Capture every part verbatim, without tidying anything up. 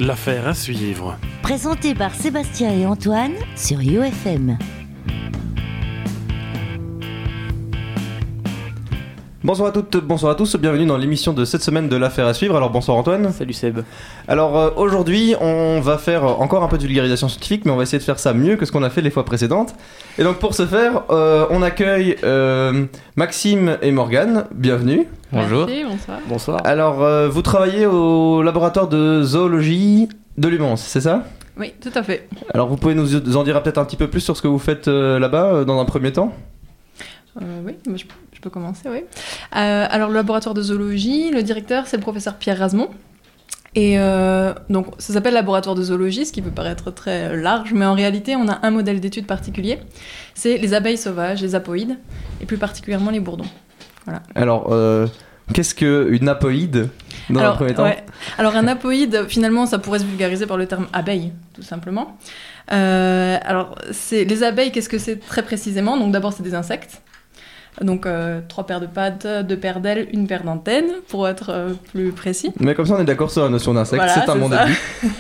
L'affaire à suivre. Présenté par Sébastien et Antoine sur U F M. Bonsoir à toutes, bonsoir à tous, bienvenue dans l'émission de cette semaine de l'affaire à suivre. Alors bonsoir Antoine. Salut Seb. Alors euh, aujourd'hui on va faire encore un peu de vulgarisation scientifique, mais on va essayer de faire ça mieux que ce qu'on a fait les fois précédentes. Et donc pour ce faire, euh, on accueille euh, Maxime et Morgane, bienvenue. Bonjour. Merci, bonsoir. Bonsoir. Alors euh, vous travaillez au laboratoire de zoologie de Lumans, c'est ça ? Oui, tout à fait. Alors vous pouvez nous en dire peut-être un petit peu plus sur ce que vous faites euh, là-bas euh, dans un premier temps ? Euh, oui, je, je peux commencer, oui. Euh, alors, le laboratoire de zoologie, le directeur, c'est le professeur Pierre Razemont. Et euh, donc, ça s'appelle laboratoire de zoologie, ce qui peut paraître très large, mais en réalité, on a un modèle d'étude particulier. C'est les abeilles sauvages, les apoïdes, et plus particulièrement les bourdons. Voilà. Alors, euh, qu'est-ce qu'une apoïde dans alors, un premier temps ? Ouais. Alors, un apoïde, finalement, ça pourrait se vulgariser par le terme abeille, tout simplement. Euh, alors, c'est, les abeilles, qu'est-ce que c'est très précisément ? Donc, d'abord, c'est des insectes. Donc, euh, trois paires de pattes, deux paires d'ailes, une paire d'antennes, pour être euh, plus précis. Mais comme ça, on est d'accord sur la notion d'insecte, Voilà, c'est un c'est bon ça. début.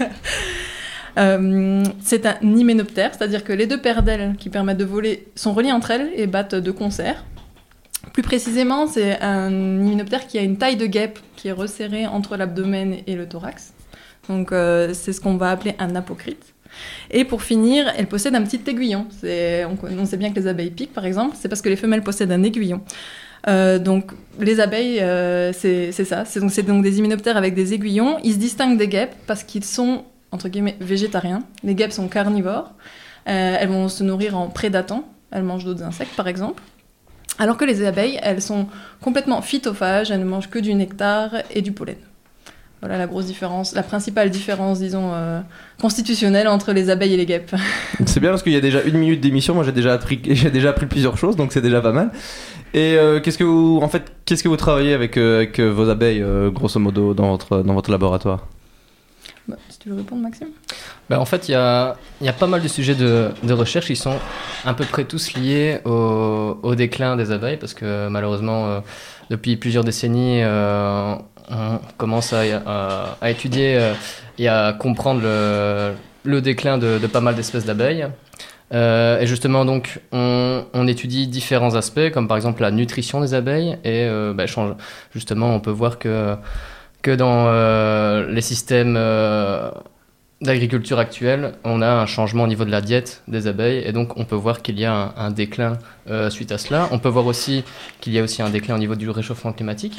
euh, c'est un hyménoptère, c'est-à-dire que les deux paires d'ailes qui permettent de voler sont reliées entre elles et battent de concert. Plus précisément, c'est un hyménoptère qui a une taille de guêpe qui est resserrée entre l'abdomen et le thorax. Donc, euh, c'est ce qu'on va appeler un apocrite. Et pour finir, elle possède un petit aiguillon. C'est, on, on sait bien que les abeilles piquent, par exemple, c'est parce que les femelles possèdent un aiguillon. Euh, donc, les abeilles, euh, c'est, c'est ça. C'est donc, c'est donc des hyménoptères avec des aiguillons. Ils se distinguent des guêpes parce qu'ils sont, entre guillemets, végétariens. Les guêpes sont carnivores. Euh, elles vont se nourrir en prédatant. Elles mangent d'autres insectes, par exemple. Alors que les abeilles, elles sont complètement phytophages. Elles ne mangent que du nectar et du pollen. Voilà la grosse différence, la principale différence, disons, euh, constitutionnelle entre les abeilles et les guêpes. C'est bien parce qu'il y a déjà une minute d'émission, moi j'ai déjà appris, j'ai déjà appris plusieurs choses, donc c'est déjà pas mal. Et euh, qu'est-ce que vous, en fait, qu'est-ce que vous travaillez avec, euh, avec vos abeilles, euh, grosso modo, dans votre, dans votre laboratoire ? Bah, si tu veux répondre, Maxime ? Bah, en fait, il y a, y a pas mal de sujets de, de recherche qui sont à peu près tous liés au, au déclin des abeilles, parce que malheureusement, euh, depuis plusieurs décennies, euh, on commence à, à, à étudier euh, et à comprendre le, le déclin de, de pas mal d'espèces d'abeilles. Euh, et justement, donc, on, on étudie différents aspects, comme par exemple la nutrition des abeilles. Et euh, bah, change, justement, on peut voir que, que dans euh, les systèmes euh, d'agriculture actuels, on a un changement au niveau de la diète des abeilles. Et donc, on peut voir qu'il y a un, un déclin euh, suite à cela. On peut voir aussi qu'il y a aussi un déclin au niveau du réchauffement climatique,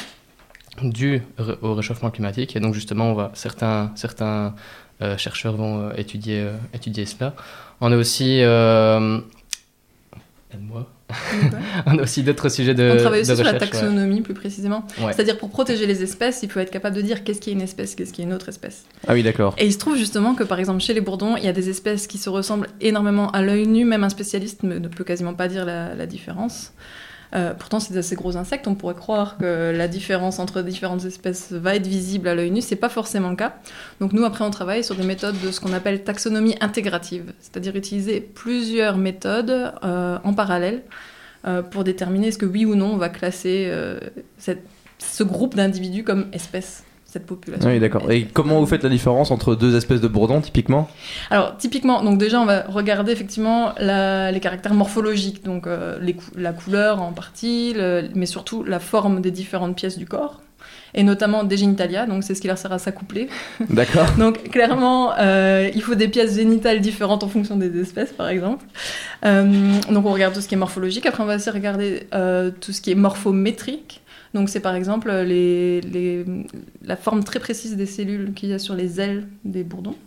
dû au réchauffement climatique. Et donc, justement, on va, certains, certains euh, chercheurs vont euh, étudier, euh, étudier cela. On a aussi... Euh... Aide-moi. On a aussi d'autres sujets de On travaille aussi de sur recherche, la taxonomie, ouais. plus précisément. Ouais. C'est-à-dire, pour protéger les espèces, il faut être capable de dire qu'est-ce qui est une espèce, qu'est-ce qui est une autre espèce. Ah oui, d'accord. Et il se trouve justement que, par exemple, chez les bourdons, il y a des espèces qui se ressemblent énormément à l'œil nu. Même un spécialiste ne peut quasiment pas dire la, la différence. Euh, pourtant, c'est d'assez gros insectes. On pourrait croire que la différence entre différentes espèces va être visible à l'œil nu. C'est pas forcément le cas. Donc nous, après, on travaille sur des méthodes de ce qu'on appelle taxonomie intégrative, c'est-à-dire utiliser plusieurs méthodes euh, en parallèle euh, pour déterminer est-ce que oui ou non on va classer euh, cette, ce groupe d'individus comme espèce. Cette population. Oui, d'accord. Et comment vous faites la différence entre deux espèces de bourdons, typiquement ? Alors, typiquement, donc déjà, on va regarder effectivement la, les caractères morphologiques, donc euh, les cou- la couleur en partie, le, mais surtout la forme des différentes pièces du corps, et notamment des génitalia, donc c'est ce qui leur sert à s'accoupler. D'accord. Donc, clairement, euh, il faut des pièces génitales différentes en fonction des espèces, par exemple. Euh, donc, on regarde tout ce qui est morphologique. Après, on va aussi regarder euh, tout ce qui est morphométrique. Donc c'est par exemple les, les, la forme très précise des cellules qu'il y a sur les ailes des bourdons.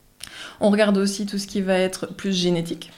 On regarde aussi tout ce qui va être plus génétique.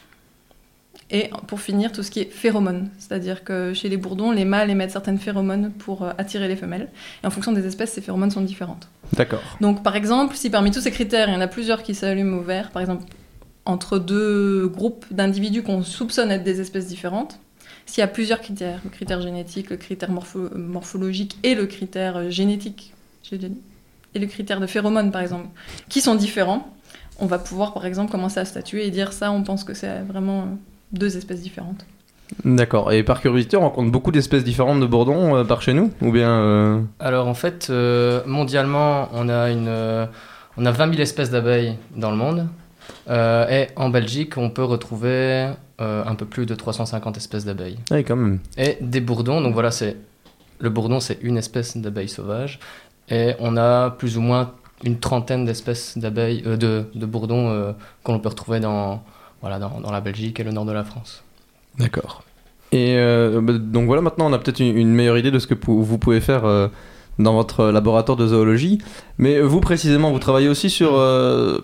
Et pour finir, tout ce qui est phéromones. C'est-à-dire que chez les bourdons, les mâles émettent certaines phéromones pour attirer les femelles. Et en fonction des espèces, ces phéromones sont différentes. D'accord. Donc par exemple, si parmi tous ces critères, il y en a plusieurs qui s'allument au vert, par exemple entre deux groupes d'individus qu'on soupçonne être des espèces différentes, s'il y a plusieurs critères, le critère génétique, le critère morpho- morphologique et le critère génétique, j'ai déjà dit, et le critère de phéromones par exemple, qui sont différents, on va pouvoir par exemple commencer à statuer et dire ça, on pense que c'est vraiment deux espèces différentes. D'accord. Et par curiosité, on rencontre beaucoup d'espèces différentes de bourdons euh, par chez nous ? Ou bien... Euh... Alors en fait, euh, mondialement, on a une... Euh, on a vingt mille espèces d'abeilles dans le monde. Euh, et en Belgique, on peut retrouver euh, un peu plus de trois cent cinquante espèces d'abeilles. Oui, quand même. Et des bourdons, donc voilà, c'est, le bourdon, c'est une espèce d'abeille sauvage. Et on a plus ou moins une trentaine d'espèces d'abeilles, euh, de, de bourdons euh, qu'on peut retrouver dans, voilà, dans, dans la Belgique et le nord de la France. D'accord. Et euh, bah, donc voilà, maintenant on a peut-être une, une meilleure idée de ce que pou- vous pouvez faire euh, dans votre laboratoire de zoologie. Mais vous précisément, vous travaillez aussi sur euh,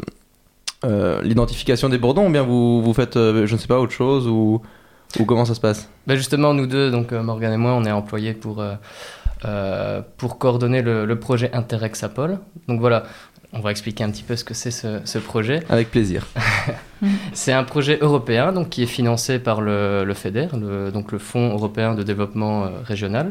euh, l'identification des bourdons, ou bien vous, vous faites, euh, je ne sais pas, autre chose, ou, ou comment ça se passe? Ben justement, nous deux, donc euh, Morgane et moi, on est employés pour, euh, euh, pour coordonner le, le projet Interrexapol. Donc voilà, on va expliquer un petit peu ce que c'est ce, ce projet. Avec plaisir. C'est un projet européen donc, qui est financé par le, le FEDER, le, donc le Fonds européen de développement euh, régional.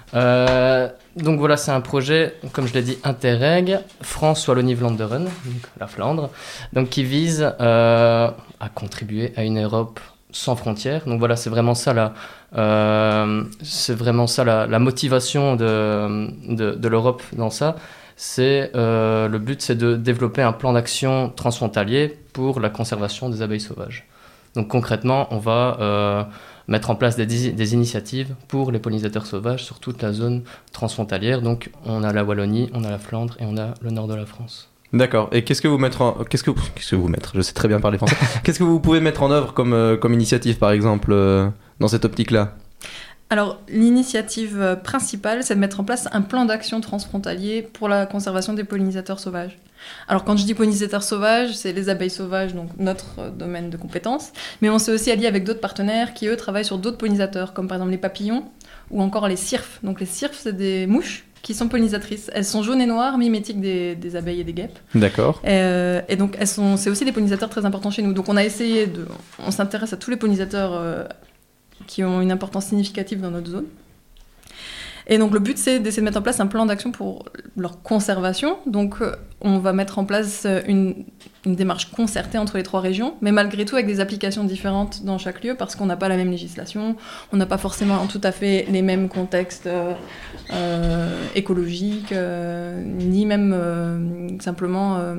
Euh, donc voilà, c'est un projet, comme je l'ai dit, Interreg, France-Wallonie-Vlaanderen, donc la Flandre, donc qui vise euh, à contribuer à une Europe sans frontières. Donc voilà, c'est vraiment ça la, euh, c'est vraiment ça la, la motivation de, de, de l'Europe dans ça. C'est, euh, le but, c'est de développer un plan d'action transfrontalier pour la conservation des abeilles sauvages. Donc concrètement, on va euh, mettre en place des, des initiatives pour les pollinisateurs sauvages sur toute la zone transfrontalière. Donc on a la Wallonie, on a la Flandre et on a le nord de la France. D'accord. Et qu'est-ce que vous mettre en... qu'est-ce que vous... qu'est-ce que vous mettre Je sais très bien parler français. Qu'est-ce que vous pouvez mettre en œuvre comme, euh, comme initiative, par exemple, euh, dans cette optique-là? Alors, l'initiative principale, c'est de mettre en place un plan d'action transfrontalier pour la conservation des pollinisateurs sauvages. Alors, quand je dis pollinisateurs sauvages, c'est les abeilles sauvages, donc notre domaine de compétence, mais on s'est aussi allié avec d'autres partenaires qui, eux, travaillent sur d'autres pollinisateurs, comme par exemple les papillons ou encore les cirfes. Donc, les cirfes, c'est des mouches qui sont pollinisatrices. Elles sont jaunes et noires, mimétiques des, des abeilles et des guêpes. D'accord. Et, euh, et donc, elles sont, c'est aussi des pollinisateurs très importants chez nous. Donc, on a essayé de... On s'intéresse à tous les pollinisateurs... Euh, qui ont une importance significative dans notre zone. Et donc le but, c'est d'essayer de mettre en place un plan d'action pour leur conservation. Donc on va mettre en place une, une démarche concertée entre les trois régions, mais malgré tout avec des applications différentes dans chaque lieu, parce qu'on n'a pas la même législation, on n'a pas forcément tout à fait les mêmes contextes euh, euh, écologiques, euh, ni même euh, simplement... Euh,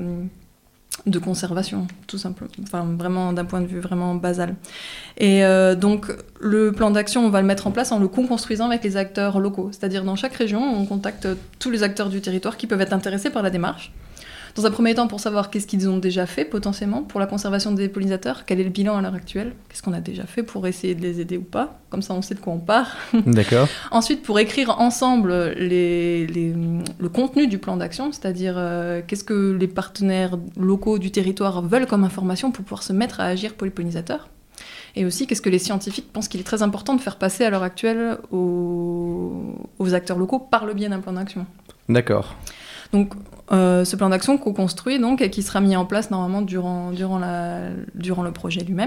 de conservation, tout simplement, enfin vraiment d'un point de vue vraiment basal. Et euh, donc le plan d'action, on va le mettre en place en le co-construisant avec les acteurs locaux, c'est-à-dire dans chaque région, on contacte tous les acteurs du territoire qui peuvent être intéressés par la démarche. Dans un premier temps, pour savoir qu'est-ce qu'ils ont déjà fait potentiellement pour la conservation des pollinisateurs, quel est le bilan à l'heure actuelle, qu'est-ce qu'on a déjà fait pour essayer de les aider ou pas, comme ça on sait de quoi on part. D'accord. Ensuite, pour écrire ensemble les, les, le contenu du plan d'action, c'est-à-dire euh, qu'est-ce que les partenaires locaux du territoire veulent comme information pour pouvoir se mettre à agir pour les pollinisateurs. Et aussi, qu'est-ce que les scientifiques pensent qu'il est très important de faire passer à l'heure actuelle aux, aux acteurs locaux par le biais d'un plan d'action. D'accord. Donc, euh, ce plan d'action co-construit donc, et qui sera mis en place normalement durant, durant, la, durant le projet lui-même.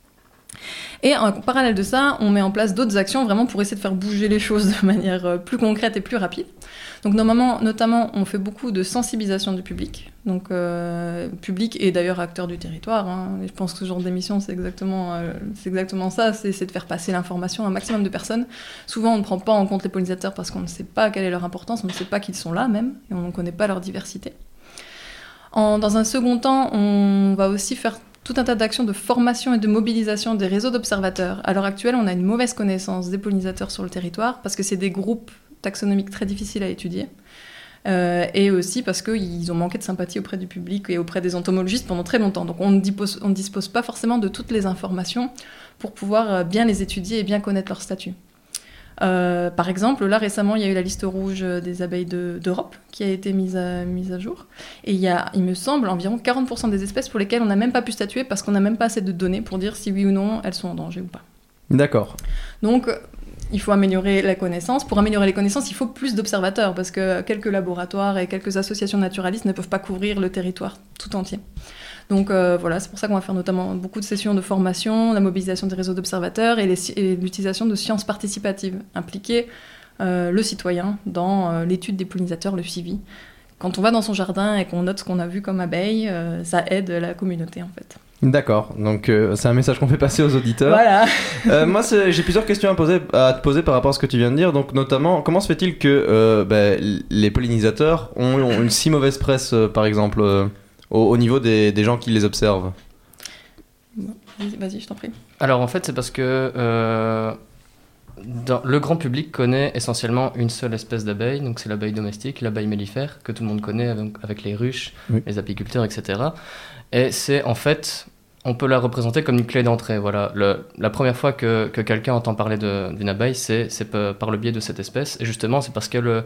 Et en parallèle de ça, on met en place d'autres actions vraiment pour essayer de faire bouger les choses de manière plus concrète et plus rapide. Donc normalement, notamment, on fait beaucoup de sensibilisation du public, donc euh, public et d'ailleurs acteurs du territoire. Hein. Et je pense que ce genre d'émission, c'est exactement, euh, c'est exactement ça, c'est, c'est de faire passer l'information à un maximum de personnes. Souvent, on ne prend pas en compte les pollinisateurs parce qu'on ne sait pas quelle est leur importance, on ne sait pas qu'ils sont là même, et on ne connaît pas leur diversité. En, dans un second temps, on va aussi faire tout un tas d'actions de formation et de mobilisation des réseaux d'observateurs. À l'heure actuelle, on a une mauvaise connaissance des pollinisateurs sur le territoire parce que c'est des groupes taxonomiques très difficiles à étudier. Euh, et aussi parce qu'ils ont manqué de sympathie auprès du public et auprès des entomologistes pendant très longtemps. Donc on ne dispose, on ne dispose pas forcément de toutes les informations pour pouvoir bien les étudier et bien connaître leur statut. Euh, par exemple, là récemment, il y a eu la liste rouge des abeilles de, d'Europe qui a été mise à, mise à jour. Et il y a, il me semble, environ quarante pour cent des espèces pour lesquelles on n'a même pas pu statuer parce qu'on n'a même pas assez de données pour dire si oui ou non elles sont en danger ou pas. D'accord. Donc, il faut améliorer la connaissance. Pour améliorer les connaissances, il faut plus d'observateurs parce que quelques laboratoires et quelques associations naturalistes ne peuvent pas couvrir le territoire tout entier. Donc euh, voilà, c'est pour ça qu'on va faire notamment beaucoup de sessions de formation, la mobilisation des réseaux d'observateurs et, les, et l'utilisation de sciences participatives, impliquer euh, le citoyen dans euh, l'étude des pollinisateurs, le suivi. Quand on va dans son jardin et qu'on note ce qu'on a vu comme abeille, euh, ça aide la communauté en fait. D'accord, donc euh, c'est un message qu'on fait passer aux auditeurs. Voilà. Euh, moi, c'est- j'ai plusieurs questions à, poser, à te poser par rapport à ce que tu viens de dire. Donc, notamment, comment se fait-il que euh, bah, les pollinisateurs ont, ont une si mauvaise presse, euh, par exemple, euh, au, au niveau des, des gens qui les observent? Vas-y, vas-y, je t'en prie. Alors en fait, c'est parce que euh, dans, le grand public connaît essentiellement une seule espèce d'abeille, donc c'est l'abeille domestique, l'abeille mellifère, que tout le monde connaît avec, avec les ruches, Oui. les apiculteurs, et cetera. Et c'est en fait, on peut la représenter comme une clé d'entrée. Voilà. Le, la première fois que, que quelqu'un entend parler de, d'une abeille, c'est, c'est par le biais de cette espèce. Et justement, c'est parce qu'elle,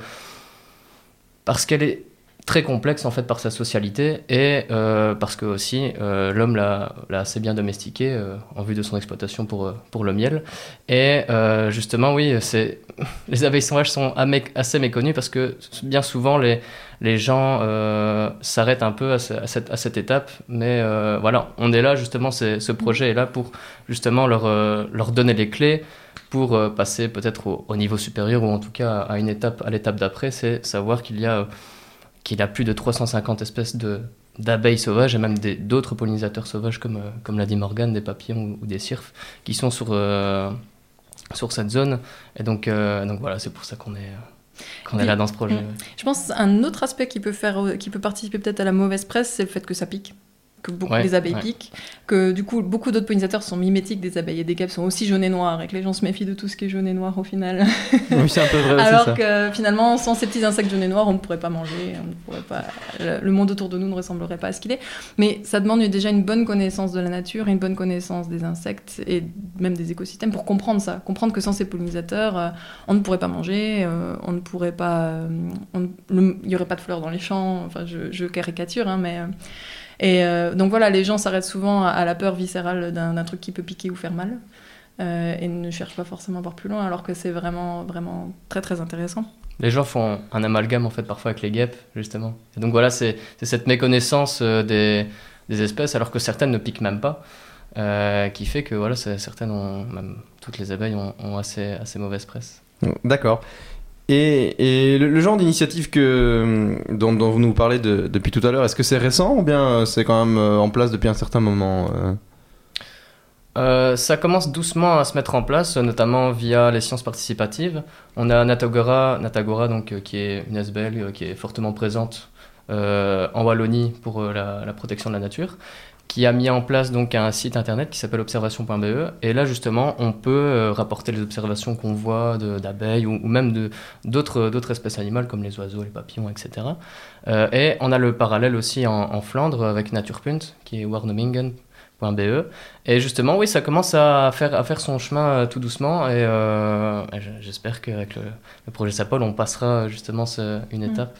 parce qu'elle est très complexe en fait par sa socialité et euh, parce que aussi euh, l'homme l'a, l'a assez bien domestiqué euh, en vue de son exploitation pour, pour le miel. Et euh, justement, oui, c'est... les abeilles sauvages sont assez méconnues parce que bien souvent les, les gens euh, s'arrêtent un peu à, ce, à, cette, à cette étape. Mais euh, voilà, on est là justement, c'est, ce projet est là pour justement leur, euh, leur donner les clés pour euh, passer peut-être au, au niveau supérieur ou en tout cas à, une étape, à l'étape d'après, c'est savoir qu'il y a... Euh, qu'il a plus de trois cent cinquante espèces de, d'abeilles sauvages et même des, d'autres pollinisateurs sauvages comme, euh, comme l'a dit Morgane, des papillons ou, ou des cirfes qui sont sur, euh, sur cette zone. Et donc, euh, donc voilà, c'est pour ça qu'on est, euh, qu'on est là dans ce projet. Mmh. Je pense un autre aspect qui peut, faire, qui peut participer peut-être à la mauvaise presse, c'est le fait que ça pique. Que beaucoup Ouais, les abeilles ouais. piquent, que du coup beaucoup d'autres pollinisateurs sont mimétiques des abeilles et des guêpes sont aussi jaunes et noirs et que les gens se méfient de tout ce qui est jaune et noir au final. Oui, c'est un peu vrai aussi, Alors ça. que finalement sans ces petits insectes jaunes et noirs on ne pourrait pas manger, on ne pourrait pas... le monde autour de nous ne ressemblerait pas à ce qu'il est. Mais ça demande déjà une bonne connaissance de la nature, une bonne connaissance des insectes et même des écosystèmes pour comprendre ça, comprendre que sans ces pollinisateurs euh, on ne pourrait pas manger, euh, on ne pourrait pas, euh, on ne- le- il n'y aurait pas de fleurs dans les champs, enfin je, je caricature hein, mais... Euh, Et euh, donc voilà, les gens s'arrêtent souvent à, à la peur viscérale d'un, d'un truc qui peut piquer ou faire mal euh, et ne cherchent pas forcément à voir plus loin, alors que c'est vraiment, vraiment très très intéressant. Les gens font un amalgame en fait parfois avec les guêpes justement. Et donc voilà, c'est, c'est cette méconnaissance euh, des, des espèces alors que certaines ne piquent même pas, euh, qui fait que voilà, c'est, certaines ont, même toutes les abeilles ont, ont assez, assez mauvaise presse. D'accord. Et, et le, le genre d'initiative que, dont, dont vous nous parlez de- depuis tout à l'heure, est-ce que c'est récent ou bien c'est quand même euh, en place depuis un certain moment euh Euh, ça commence doucement à se mettre en place, notamment via les sciences participatives. On a Natagora, Natagora donc, euh, qui est une S B L euh, qui est fortement présente euh, en Wallonie pour euh, la, la protection de la nature, qui a mis en place donc, un site internet qui s'appelle observation point b e. Et là, justement, on peut euh, rapporter les observations qu'on voit de, d'abeilles ou, ou même de, d'autres, d'autres espèces animales comme les oiseaux, les papillons, et cetera. Euh, et on a le parallèle aussi en, en Flandre avec Natuurpunt, qui est warnemingen point b e. Et justement, oui, ça commence à faire, à faire son chemin euh, tout doucement. Et, euh, et je- j'espère qu'avec le, le projet SAPOL, on passera justement ce- une Mm. étape.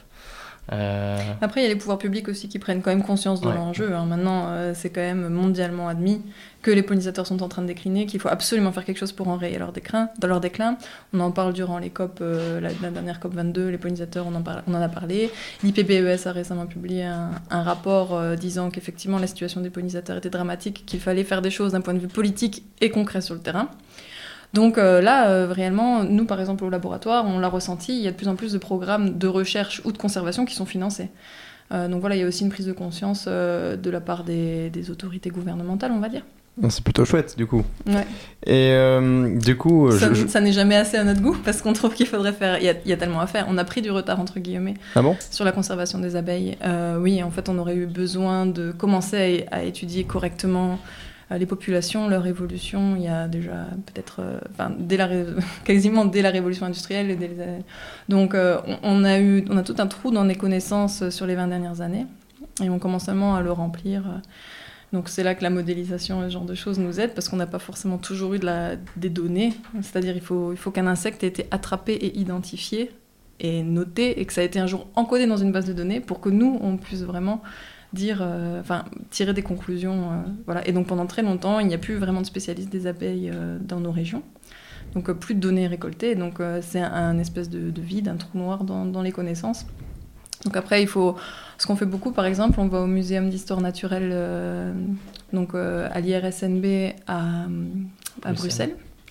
Euh, Après, il y a les pouvoirs publics aussi qui prennent quand même conscience de Ouais. l'enjeu. hein. Maintenant, euh, c'est quand même mondialement admis que les pollinisateurs sont en train de décliner, qu'il faut absolument faire quelque chose pour enrayer leur déclin. Dans leur déclin. On en parle durant les COP, euh, la, la dernière COP vingt-deux, les pollinisateurs, on en, parle, on en a parlé. L'I P B E S a récemment publié un, un rapport euh, disant qu'effectivement la situation des pollinisateurs était dramatique, qu'il fallait faire des choses d'un point de vue politique et concret sur le terrain. Donc euh, là, euh, réellement, nous, par exemple, au laboratoire, on l'a ressenti, il y a de plus en plus de programmes de recherche ou de conservation qui sont financés. Euh, donc voilà, il y a aussi une prise de conscience euh, de la part des, des autorités gouvernementales, on va dire. C'est plutôt chouette, du coup. Ouais. Et euh, du coup, Ça, je, je- ça n'est jamais assez à notre goût, parce qu'on trouve qu'il faudrait faire... Il y, a, il y a tellement à faire. On a pris du retard, entre guillemets, ah bon sur la conservation des abeilles. Euh, oui, en fait, on aurait eu besoin de commencer à, à étudier correctement euh, les populations, leur évolution. Il y a déjà peut-être, euh, enfin, dès la ré- quasiment dès la révolution industrielle. Et dès les années- Donc, euh, on, on a eu, on a tout un trou dans les connaissances sur les vingt dernières années, et on commence seulement à le remplir. Donc, c'est là que la modélisation et ce genre de choses nous aident, parce qu'on n'a pas forcément toujours eu de la, des données. C'est-à-dire, il faut, il faut qu'un insecte ait été attrapé et identifié et noté, et que ça a été un jour encodé dans une base de données pour que nous, on puisse vraiment dire, euh, enfin, tirer des conclusions. euh, voilà. Et donc pendant très longtemps, il n'y a plus vraiment de spécialistes des abeilles euh, dans nos régions. Donc euh, plus de données récoltées. Donc euh, c'est un, un espèce de, de vide, un trou noir dans, dans les connaissances. Donc après, il faut... Ce qu'on fait beaucoup, par exemple, on va au Muséum d'histoire naturelle, euh, donc euh, à l'I R S N B à, à Bruxelles. Bruxelles.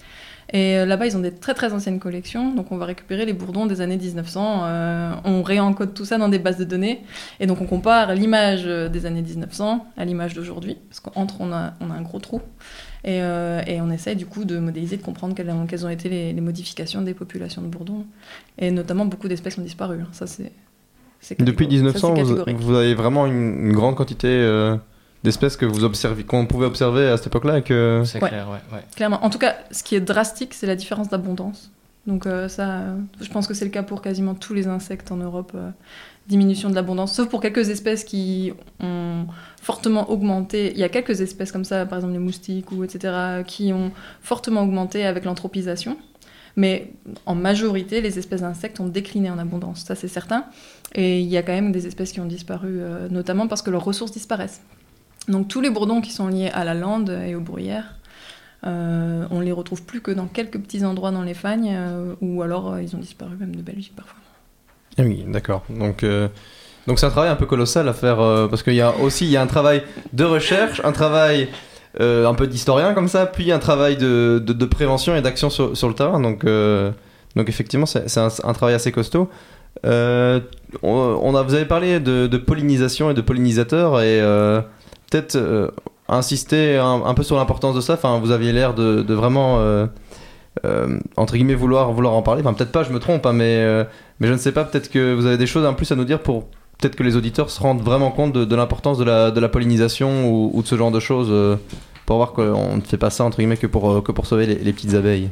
Et euh, là-bas, ils ont des très très anciennes collections. Donc on va récupérer les bourdons des années dix-neuf cents. Euh, on réencode tout ça dans des bases de données. Et donc on compare l'image des années dix-neuf cents à l'image d'aujourd'hui. Parce qu'entre, on a, on a un gros trou. Et, euh, et on essaie du coup de modéliser, de comprendre quelles, quelles ont été les, les modifications des populations de bourdons. Et notamment, beaucoup d'espèces ont disparu. Ça, c'est, c'est Depuis dix-neuf cents, ça, vous, vous avez vraiment une, une grande quantité euh, d'espèces que vous observez, qu'on pouvait observer à cette époque-là et que... C'est Ouais. clair, ouais, ouais. Clairement. En tout cas, ce qui est drastique, c'est la différence d'abondance. Donc euh, ça, euh, je pense que c'est le cas pour quasiment tous les insectes en Europe. Euh, diminution de l'abondance, sauf pour quelques espèces qui ont fortement augmenté. Il y a quelques espèces comme ça, par exemple les moustiques ou et cetera, qui ont fortement augmenté avec l'anthropisation. Mais en majorité, les espèces d'insectes ont décliné en abondance, ça c'est certain. Et il y a quand même des espèces qui ont disparu, euh, notamment parce que leurs ressources disparaissent. Donc tous les bourdons qui sont liés à la lande et aux bruyères, euh, on les retrouve plus que dans quelques petits endroits dans les fagnes, euh, ou alors euh, ils ont disparu même de Belgique parfois. Ah oui, d'accord. Donc, euh, donc c'est un travail un peu colossal à faire, euh, parce qu'il y a aussi il y a un travail de recherche, un travail euh, un peu d'historien comme ça, puis un travail de, de, de prévention et d'action sur, sur le terrain. Donc, euh, donc effectivement, c'est, c'est un, un travail assez costaud. Euh, on, on a, vous avez parlé de, de pollinisation et de pollinisateurs, et euh, peut-être euh, insister un, un peu sur l'importance de ça. Enfin, vous aviez l'air de, de vraiment... Euh, Euh, entre guillemets vouloir, vouloir en parler, enfin peut-être pas, je me trompe, hein, mais, euh, mais je ne sais pas, peut-être que vous avez des choses en plus à nous dire pour peut-être que les auditeurs se rendent vraiment compte de, de l'importance de la, de la pollinisation ou, ou de ce genre de choses, euh, pour voir qu'on ne fait pas ça entre guillemets que pour, euh, que pour sauver les, les petites abeilles.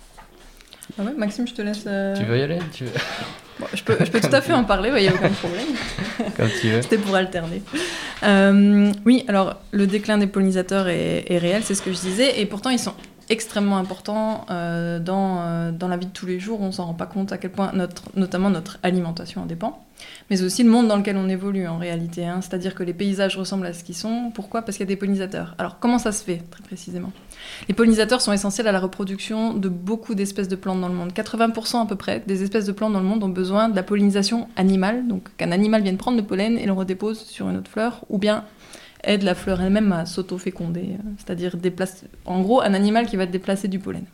Ah ouais, Maxime, je te laisse... Euh... Tu veux y aller tu veux... Bon, je, peux, je peux tout à fait en parler, il n'y a aucun problème. Comme tu veux. C'était pour alterner. Euh, oui, alors le déclin des pollinisateurs est, est réel, c'est ce que je disais, et pourtant ils sont extrêmement importants euh, dans, euh, dans la vie de tous les jours. On ne s'en rend pas compte à quel point, notre, notamment notre alimentation en dépend, mais aussi le monde dans lequel on évolue en réalité. Hein. C'est-à-dire que les paysages ressemblent à ce qu'ils sont. Pourquoi ? Parce qu'il y a des pollinisateurs. Alors comment ça se fait, très précisément ? Les pollinisateurs sont essentiels à la reproduction de beaucoup d'espèces de plantes dans le monde. quatre-vingts pour cent à peu près des espèces de plantes dans le monde ont besoin de la pollinisation animale, donc qu'un animal vienne prendre le pollen et le redépose sur une autre fleur, ou bien aide la fleur elle-même à s'auto-féconder, c'est-à-dire déplace... en gros un animal qui va déplacer du pollen.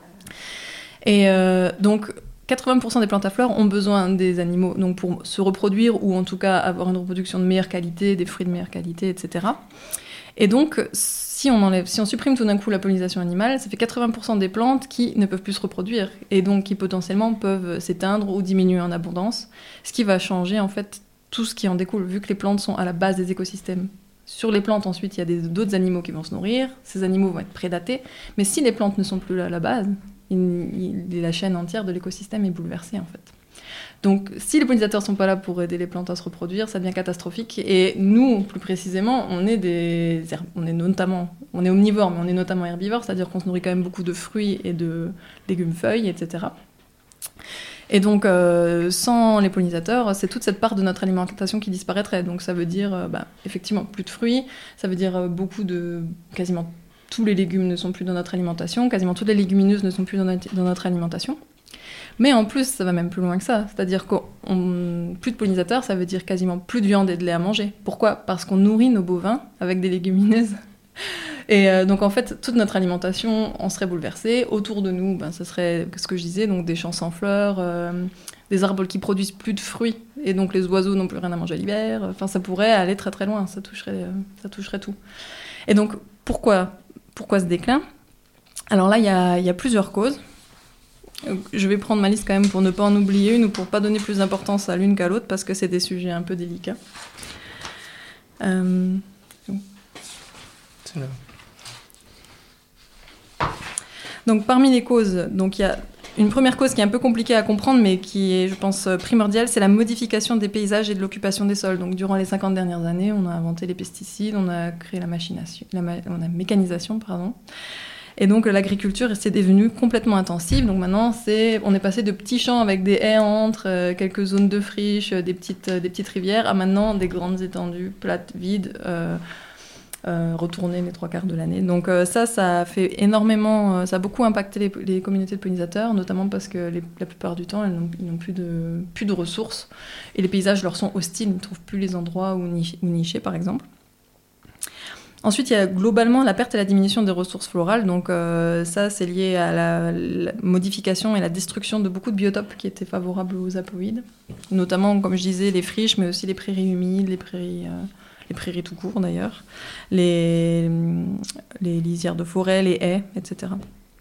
Et euh, donc quatre-vingts pour cent des plantes à fleurs ont besoin des animaux donc pour se reproduire, ou en tout cas avoir une reproduction de meilleure qualité, des fruits de meilleure qualité, et cetera. Et donc si on, enlève, si on supprime tout d'un coup la pollinisation animale, ça fait quatre-vingts pour cent des plantes qui ne peuvent plus se reproduire, et donc qui potentiellement peuvent s'éteindre ou diminuer en abondance, ce qui va changer en fait tout ce qui en découle, vu que les plantes sont à la base des écosystèmes. Sur les plantes, ensuite, il y a des, d'autres animaux qui vont se nourrir. Ces animaux vont être prédatés. Mais si les plantes ne sont plus là à la base, il, il, la chaîne entière de l'écosystème est bouleversée, en fait. Donc, si les pollinisateurs ne sont pas là pour aider les plantes à se reproduire, ça devient catastrophique. Et nous, plus précisément, on est, des, on est notamment... On est omnivores, mais on est notamment herbivores, c'est-à-dire qu'on se nourrit quand même beaucoup de fruits et de légumes-feuilles, et cetera. Et donc, euh, sans les pollinisateurs, c'est toute cette part de notre alimentation qui disparaîtrait. Donc, ça veut dire, euh, bah, effectivement, plus de fruits. Ça veut dire euh, beaucoup de... Quasiment tous les légumes ne sont plus dans notre alimentation. Quasiment toutes les légumineuses ne sont plus dans notre, dans notre alimentation. Mais en plus, ça va même plus loin que ça. C'est-à-dire que plus de pollinisateurs, ça veut dire quasiment plus de viande et de lait à manger. Pourquoi ? Parce qu'on nourrit nos bovins avec des légumineuses. Et euh, donc en fait, toute notre alimentation en serait bouleversée. Autour de nous, ben, ce serait ce que je disais, donc des champs sans fleurs, euh, des arbres qui produisent plus de fruits, et donc les oiseaux n'ont plus rien à manger l'hiver. Enfin, ça pourrait aller très très loin, ça toucherait, euh, ça toucherait tout. Et donc, pourquoi, pourquoi ce déclin ? Alors là, il y a, y a plusieurs causes. Je vais prendre ma liste quand même pour ne pas en oublier une, ou pour pas donner plus d'importance à l'une qu'à l'autre, parce que c'est des sujets un peu délicats. Euh... C'est là. Donc parmi les causes, donc il y a une première cause qui est un peu compliquée à comprendre, mais qui est, je pense, primordiale, c'est la modification des paysages et de l'occupation des sols. Donc durant les cinquante dernières années, on a inventé les pesticides, on a créé la machination, la ma- on a mécanisation, pardon. Et donc l'agriculture c'est devenu complètement intensive. Donc maintenant, c'est, on est passé de petits champs avec des haies entre, euh, quelques zones de friches, des petites, euh, des petites rivières, à maintenant des grandes étendues plates, vides, euh, Euh, retourner les trois quarts de l'année. Donc euh, ça, ça a fait énormément, euh, ça a beaucoup impacté les, les communautés de pollinisateurs, notamment parce que les, la plupart du temps, elles n'ont, ils n'ont plus de, plus de ressources, et les paysages leur sont hostiles, ils ne trouvent plus les endroits où nicher, où nicher par exemple. Ensuite, il y a globalement la perte et la diminution des ressources florales. Donc euh, ça, c'est lié à la, la modification et la destruction de beaucoup de biotopes qui étaient favorables aux apoïdes. Notamment, comme je disais, les friches, mais aussi les prairies humides, les prairies, euh, les prairies tout court d'ailleurs, les, les lisières de forêt, les haies, et cetera.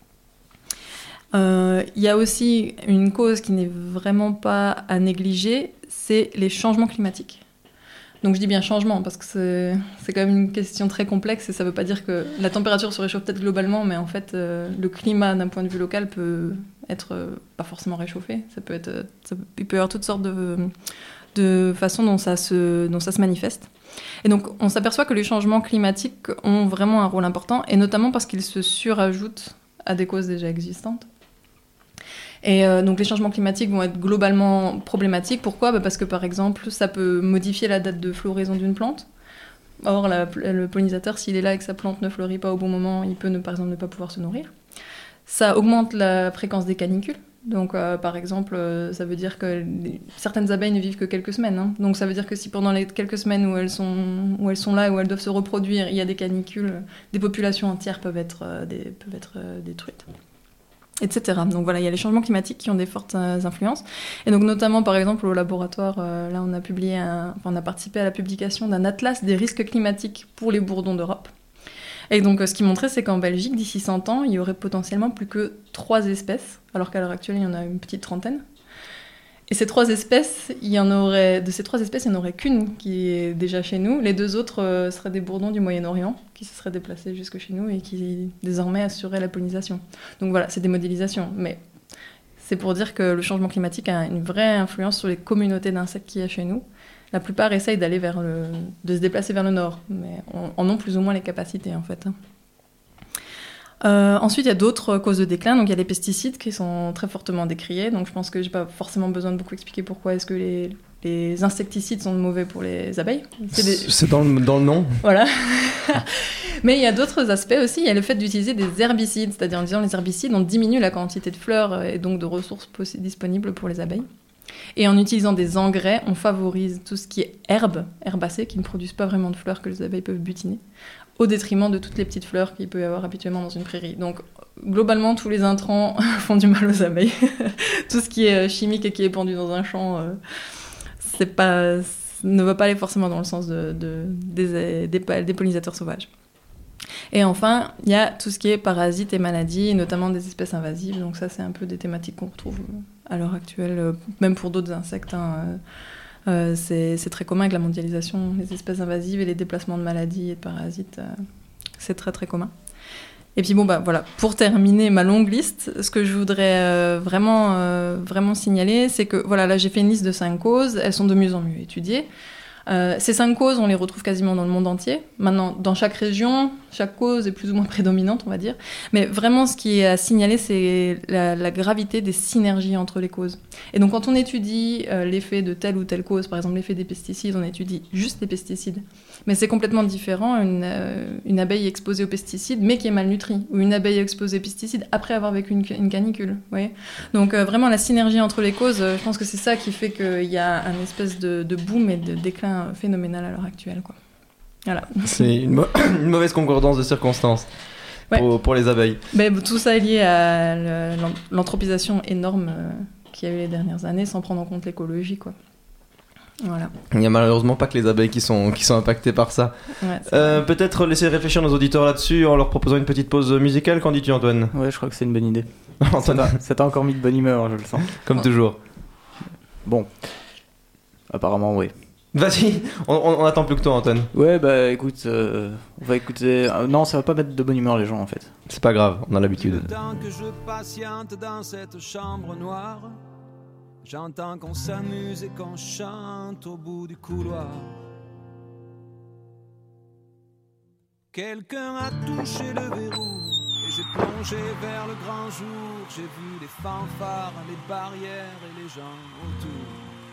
Euh, il y a aussi une cause qui n'est vraiment pas à négliger, c'est les changements climatiques. Donc je dis bien changement parce que c'est, c'est quand même une question très complexe et ça ne veut pas dire que la température se réchauffe peut-être globalement, mais en fait euh, le climat d'un point de vue local peut être euh, pas forcément réchauffé. Ça peut être, ça peut, il peut y avoir toutes sortes de, de façons dont ça, se, dont ça se manifeste. Et donc on s'aperçoit que les changements climatiques ont vraiment un rôle important et notamment parce qu'ils se surajoutent à des causes déjà existantes. Et euh, donc les changements climatiques vont être globalement problématiques. Pourquoi ? Bah parce que par exemple, ça peut modifier la date de floraison d'une plante. Or, la, le pollinisateur, s'il est là et que sa plante ne fleurit pas au bon moment, il peut ne, par exemple ne pas pouvoir se nourrir. Ça augmente la fréquence des canicules. Donc euh, par exemple, euh, ça veut dire que les, certaines abeilles ne vivent que quelques semaines. Hein. Donc ça veut dire que si pendant les quelques semaines où elles sont, où elles sont là, où elles doivent se reproduire, il y a des canicules, des populations entières peuvent être, euh, des, peuvent être euh, détruites. Etc. Donc voilà, il y a les changements climatiques qui ont des fortes euh, influences. Et donc notamment, par exemple, au laboratoire, euh, là on a publié, un, enfin, on a participé à la publication d'un atlas des risques climatiques pour les bourdons d'Europe. Et donc euh, ce qui montrait, c'est qu'en Belgique, d'ici cent ans, il y aurait potentiellement plus que trois espèces, alors qu'à l'heure actuelle, il y en a une petite trentaine. Et ces trois espèces, il y en aurait, de ces trois espèces, il n'y en aurait qu'une qui est déjà chez nous. Les deux autres euh, seraient des bourdons du Moyen-Orient, qui se seraient déplacés jusque chez nous et qui désormais assuraient la pollinisation. Donc voilà, c'est des modélisations. Mais c'est pour dire que le changement climatique a une vraie influence sur les communautés d'insectes qu'il y a chez nous. La plupart essayent d'aller vers le, de se déplacer vers le nord, mais en ont plus ou moins les capacités en fait. Euh, ensuite, il y a d'autres causes de déclin. Donc, il y a les pesticides qui sont très fortement décriés. Donc, je pense que j'ai pas forcément besoin de beaucoup expliquer pourquoi est-ce que les, les insecticides sont mauvais pour les abeilles. C'est, des... c'est dans, le, dans le nom. Voilà. Mais il y a d'autres aspects aussi. Il y a le fait d'utiliser des herbicides, c'est-à-dire en disant les herbicides, on diminue la quantité de fleurs et donc de ressources possi- disponibles pour les abeilles. Et en utilisant des engrais, on favorise tout ce qui est herbe, herbacées, qui ne produisent pas vraiment de fleurs que les abeilles peuvent butiner, au détriment de toutes les petites fleurs qu'il peut y avoir habituellement dans une prairie. Donc, globalement, tous les intrants font du mal aux abeilles. Tout ce qui est chimique et qui est pendu dans un champ, euh, c'est pas, ne va pas aller forcément dans le sens de, de, des, des, des pollinisateurs sauvages. Et enfin, il y a tout ce qui est parasites et maladies, notamment des espèces invasives. Donc ça, c'est un peu des thématiques qu'on retrouve à l'heure actuelle, même pour d'autres insectes. Hein. Euh, c'est, c'est très commun avec la mondialisation, les espèces invasives et les déplacements de maladies et de parasites. Euh, c'est très très commun. Et puis bon, bah voilà, pour terminer ma longue liste, ce que je voudrais euh, vraiment, euh, vraiment signaler, c'est que voilà, là j'ai fait une liste de cinq causes, elles sont de mieux en mieux étudiées. Euh, ces cinq causes, on les retrouve quasiment dans le monde entier. Maintenant, dans chaque région, chaque cause est plus ou moins prédominante, on va dire. Mais vraiment, ce qui est à signaler, c'est la, la gravité des synergies entre les causes. Et donc, quand on étudie euh, l'effet de telle ou telle cause, par exemple l'effet des pesticides, on étudie juste les pesticides. Mais c'est complètement différent une, euh, une abeille exposée aux pesticides, mais qui est malnutrie, ou une abeille exposée aux pesticides après avoir vécu une, une canicule. Vous voyez ? Donc, euh, vraiment, la synergie entre les causes, euh, je pense que c'est ça qui fait qu'il y a un espèce de, de boom et de déclin phénoménal à l'heure actuelle, quoi. Voilà. C'est une, mo- une mauvaise concordance de circonstances ouais. pour, pour les abeilles. Mais tout ça est lié à le, l'anthropisation énorme euh, qu'il y a eu les dernières années, sans prendre en compte l'écologie, quoi. Voilà. Il n'y a malheureusement pas que les abeilles qui sont, qui sont impactées par ça. Ouais, euh, peut-être laisser réfléchir nos auditeurs là-dessus en leur proposant une petite pause musicale. Qu'en dis-tu, Antoine ? Ouais, je crois que c'est une bonne idée. Antoine, ça, t'a, ça t'a encore mis de bonne humeur, je le sens. Comme toujours. Bon. Apparemment, oui. Vas-y, on, on, on attend plus que toi, Antoine. Ouais, bah écoute, euh, on va écouter. Euh, non, ça va pas mettre de bonne humeur les gens en fait. C'est pas grave, on a l'habitude. Le temps que je patiente dans cette chambre noire, j'entends qu'on s'amuse et qu'on chante au bout du couloir. Quelqu'un a touché le verrou et j'ai plongé vers le grand jour. J'ai vu les fanfares, les barrières et les gens autour.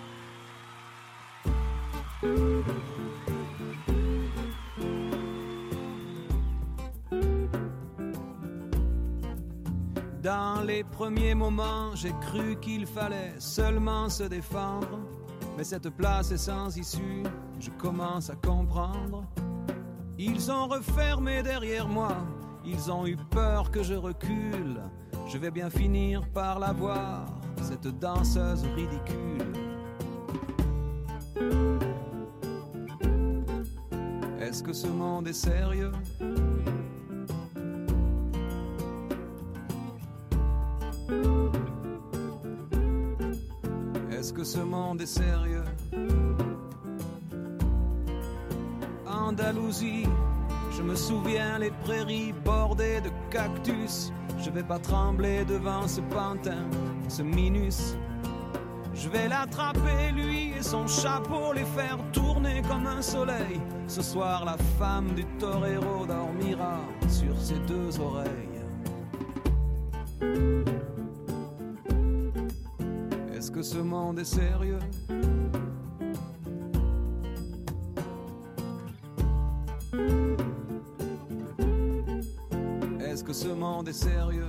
Dans les premiers moments, j'ai cru qu'il fallait seulement se défendre. Mais cette place est sans issue, je commence à comprendre. Ils ont refermé derrière moi, ils ont eu peur que je recule. Je vais bien finir par la voir, cette danseuse ridicule. Est-ce que ce monde est sérieux? Est-ce que ce monde est sérieux? Andalousie, je me souviens les prairies bordées de cactus. Je vais pas trembler devant ce pantin, ce minus. Je vais l'attraper lui et son chapeau, les faire tourner comme un soleil. Ce soir la femme du torero dormira sur ses deux oreilles. Est-ce que ce monde est sérieux? Est-ce que ce monde est sérieux?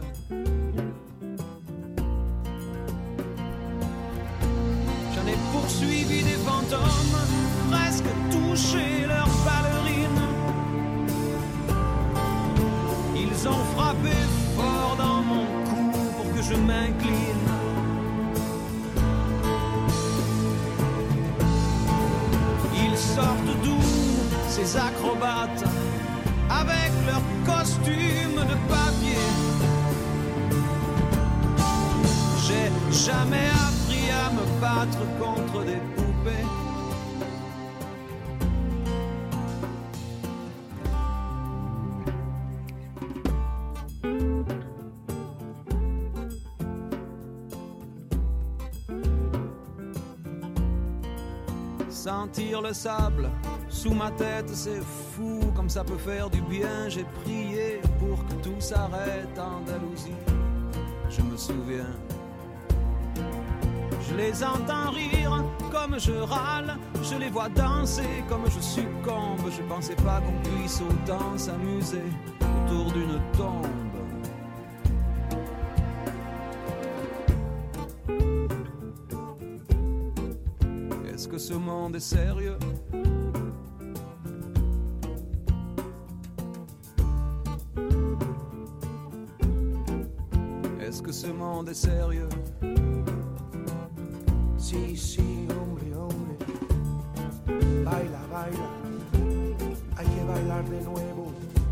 J'en ai poursuivi des fantômes, presque touché leurs ballerines. Ils ont frappé fort dans mon cou pour que je m'incline. Ils sortent d'où ces acrobates avec leurs costumes de papier? J'ai jamais appris à me battre contre des poupées. Sentir le sable sous ma tête, c'est fou comme ça peut faire du bien. J'ai prié pour que tout s'arrête en Andalousie. Je me souviens, je les entends rire comme je râle, je les vois danser comme je succombe. Je pensais pas qu'on puisse autant s'amuser autour d'une tombe. Est-ce que ce monde est sérieux? Est-ce que ce monde est sérieux? Sí, sí, hombre, hombre. Baila, baila. Hay que bailar de nuevo.